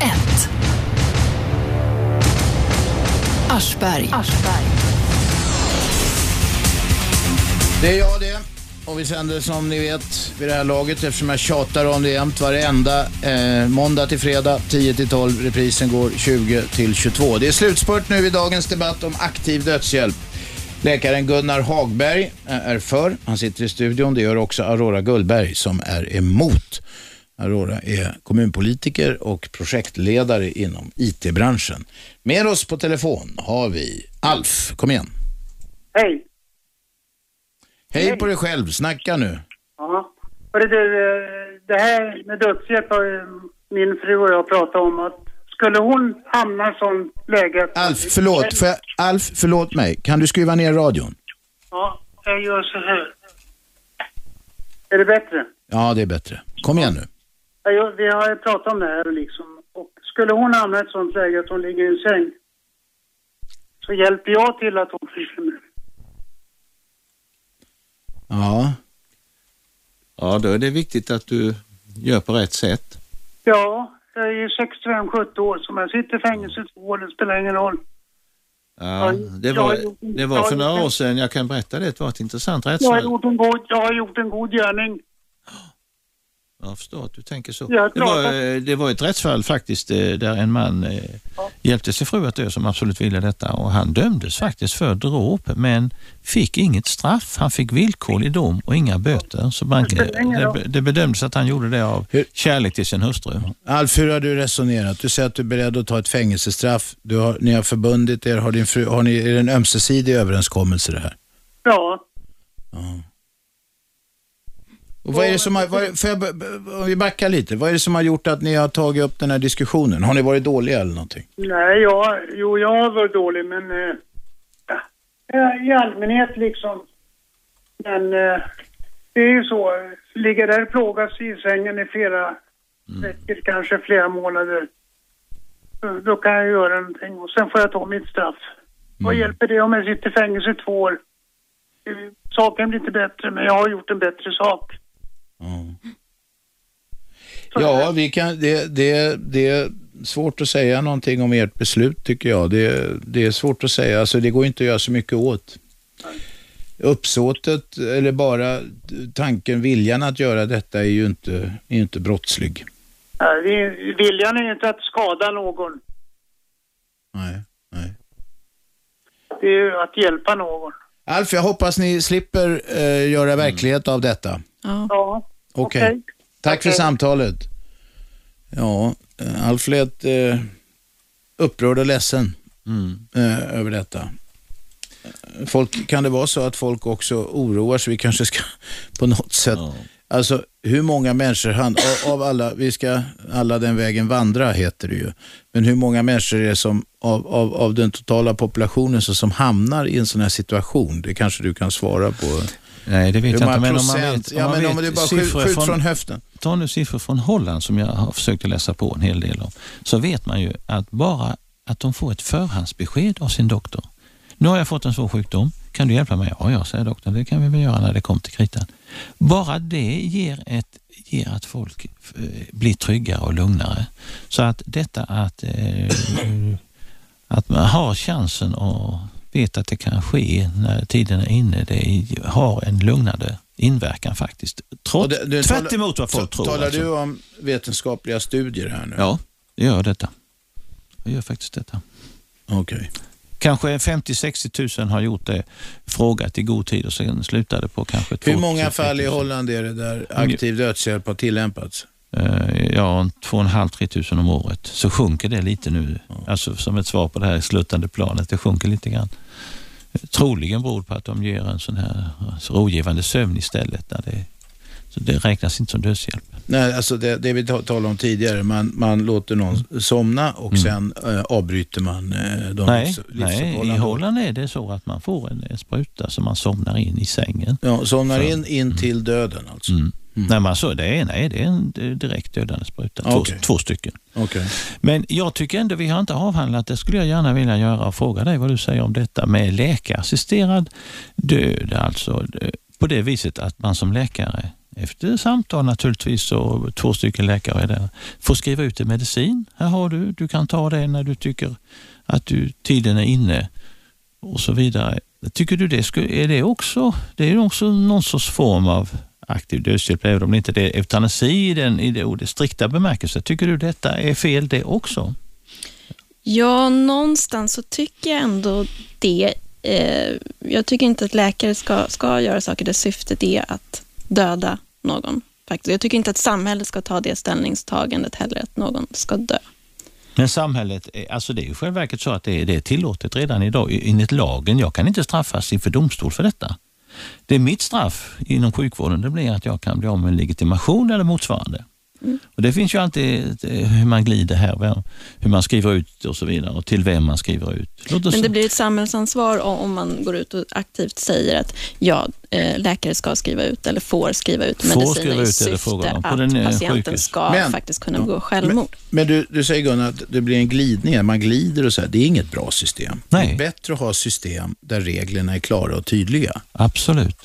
Aschberg. Det är jag det. Och vi sänder som ni vet vid det här laget, eftersom jag tjatar om det jämt varenda måndag till fredag 10-12. Reprisen går 20-22. Det är slutspurt nu i dagens debatt om aktiv dödshjälp. Läkaren Gunnar Hagberg är för. Han sitter i studion. Det gör också Aurora Gullberg som är emot. Aurora är kommunpolitiker och projektledare inom IT-branschen. Med oss på telefon har vi Alf. Kom igen. Hej. Hej på dig själv. Snacka nu. Ja. Det här med dödshjälp har min fru och jag pratat om att skulle hon hamna i sån läge... Alf, förlåt mig. Kan du skruva ner radion? Ja, jag gör så här. Är det bättre? Ja, det är bättre. Kom igen nu. Vi har ju pratat om det här liksom. Och skulle hon hamna i ett sånt läge att hon ligger i en säng, så hjälper jag till att hon försvinner. Ja. Ja, då är det viktigt att du gör på rätt sätt. Ja, jag är ju 65-70 år, som jag sitter i fängelse 2 år, det spelar ingen roll. Ja, det var för några år sedan, jag kan berätta det var ett intressant rättsfall. Jag har gjort en god gärning. Jag förstår att du tänker så. Det var ett rättsfall faktiskt där en man hjälpte sin fru att dö som absolut ville detta, och han dömdes faktiskt för dråp men fick inget straff. Han fick villkorlig dom och inga böter. Så det bedömdes att han gjorde det av kärlek till sin hustru. Alf, hur har du resonerat? Du säger att du är beredd att ta ett fängelsestraff. Ni har förbundit er. Är det en ömsesidig överenskommelse det här? Ja. Och vad är det som om vi backar lite, vad är det som har gjort att ni har tagit upp den här diskussionen? Har ni varit dåliga eller någonting? Nej, jag har varit dålig, men i allmänhet liksom. Men det är ju så, ligger där plågas i sängen i flera veckor, kanske flera månader. Då kan jag göra någonting och sen får jag ta mitt straff. Vad hjälper det om jag sitter i fängelse i 2 år? Saken blir inte bättre, men jag har gjort en bättre sak. Ja, det är svårt att säga någonting om ert beslut, tycker jag. Det är svårt att säga, alltså det går inte att göra så mycket åt. Uppsåtet eller bara tanken, viljan att göra detta är ju inte brottslig. Viljan är inte att skada någon. Nej. Det är ju att hjälpa någon. Alf, jag hoppas ni slipper göra verklighet av detta. Ja. Okej. Tack för samtalet. Ja, Alf lät upprörd och ledsen över detta. Kan det vara så att folk också oroar sig? Vi kanske ska på något sätt... Alltså, hur många människor av alla, vi ska alla den vägen vandra, heter det ju. Men hur många människor är det som av den totala populationen som hamnar i en sån här situation? Det kanske du kan svara på. Nej, det vet jag inte. Men om det är bara skjut från höften. Ta nu siffror från Holland som jag har försökt att läsa på en hel del om. Så vet man ju att bara att de får ett förhandsbesked av sin doktor. Nu har jag fått en svår sjukdom. Kan du hjälpa mig? Ja, säger doktorn. Det kan vi väl göra när det kommer till kritan. Bara det ger att folk blir tryggare och lugnare. Så att detta att man har chansen och vet att det kan ske när tiden är inne, det har en lugnande inverkan faktiskt. Tvärt emot vad folk tror. Talar du om vetenskapliga studier här nu? Ja, det gör detta. Jag gör faktiskt detta. Okej. Kanske 50-60 000 har gjort det, frågat i god tid och sen slutade på kanske 2 000. Hur många fall i Holland är det där aktiv dödshjälp har tillämpats? 2,5-3 000 om året. Så sjunker det lite nu. Alltså som ett svar på det här sluttande planet. Det sjunker lite grann. Troligen beror på att de ger en sån här rogivande sömn istället. Så det räknas inte som dödshjälp. Nej, alltså det vi talade om tidigare. Man låter någon somna och sen avbryter man Nej, i Holland är det så att man får en spruta så man somnar in i sängen. Ja, somnar in till döden alltså. Nej, men alltså, det är en direkt dödande spruta. Två stycken. Okay. Men jag tycker ändå vi har inte avhandlat, det skulle jag gärna vilja göra och fråga dig vad du säger om detta med läkarassisterad död. Alltså på det viset att man som läkare efter samtal naturligtvis och 2 stycken läkare är där, får skriva ut en medicin. Här har du kan ta det när du tycker att tiden är inne och så vidare. Tycker du är det också någon sorts form av aktiv dödshjälp, även om det inte är eutanasi i det strikta bemärkelse. Tycker du detta är fel det också? Ja, någonstans så tycker jag ändå det. Jag tycker inte att läkare ska göra saker där syftet är att döda någon. Faktiskt. Jag tycker inte att samhället ska ta det ställningstagandet heller, att någon ska dö. Men samhället, alltså det är ju självverket så att det är tillåtet redan idag enligt lagen. Jag kan inte straffas inför domstol för detta. Det är mitt straff inom sjukvården, det blir att jag kan bli av med en legitimation eller motsvarande. Och det finns ju alltid hur man glider här, hur man skriver ut och så vidare och till vem man skriver ut. Men det blir ett samhällsansvar om man går ut och aktivt säger att läkare ska skriva ut eller får skriva ut mediciner i syfte att patienten ska faktiskt kunna begå självmord. Men du säger Gunnar att det blir en glidning, man glider och så här. Det är inget bra system. Nej. Det är bättre att ha system där reglerna är klara och tydliga. Absolut.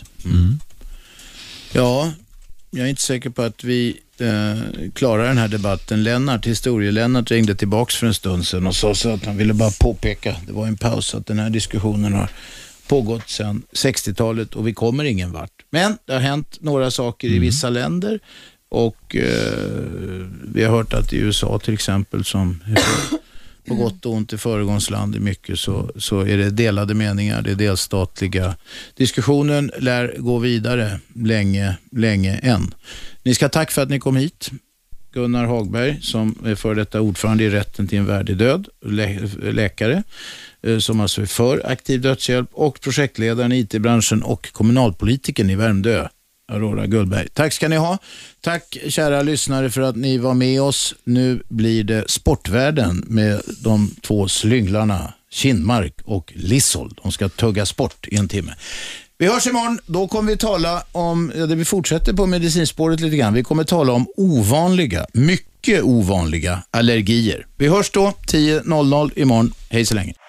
Ja, jag är inte säker på att vi klarar den här debatten. Historielennart ringde tillbaks för en stund sedan och sa så att han ville bara påpeka, det var en paus, att den här diskussionen har pågått sedan 60-talet och vi kommer ingen vart. Men det har hänt några saker i vissa länder och vi har hört att i USA till exempel, som på gott och ont i föregångsland i mycket, så är det delade meningar, det är delstatliga. Diskussionen lär gå vidare länge än. Ni ska tack för att ni kom hit. Gunnar Hagberg, som är för detta ordförande i Rätten till en värdig död, läkare, som alltså är för aktiv dödshjälp, och projektledaren i IT-branschen och kommunalpolitiken i Värmdö, Aurora Gullberg. Tack ska ni ha. Tack kära lyssnare för att ni var med oss. Nu blir det Sportvärlden med de 2 slynglarna Kindmark och Lissold. De ska tugga sport i en timme. Vi hörs imorgon. Då kommer vi tala om, vi fortsätter på medicinspåret lite grann. Vi kommer tala om mycket ovanliga allergier. Vi hörs då 10.00 imorgon. Hej så länge.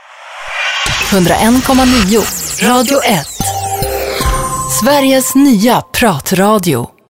101,9 Radio 1. Sveriges nya pratradio.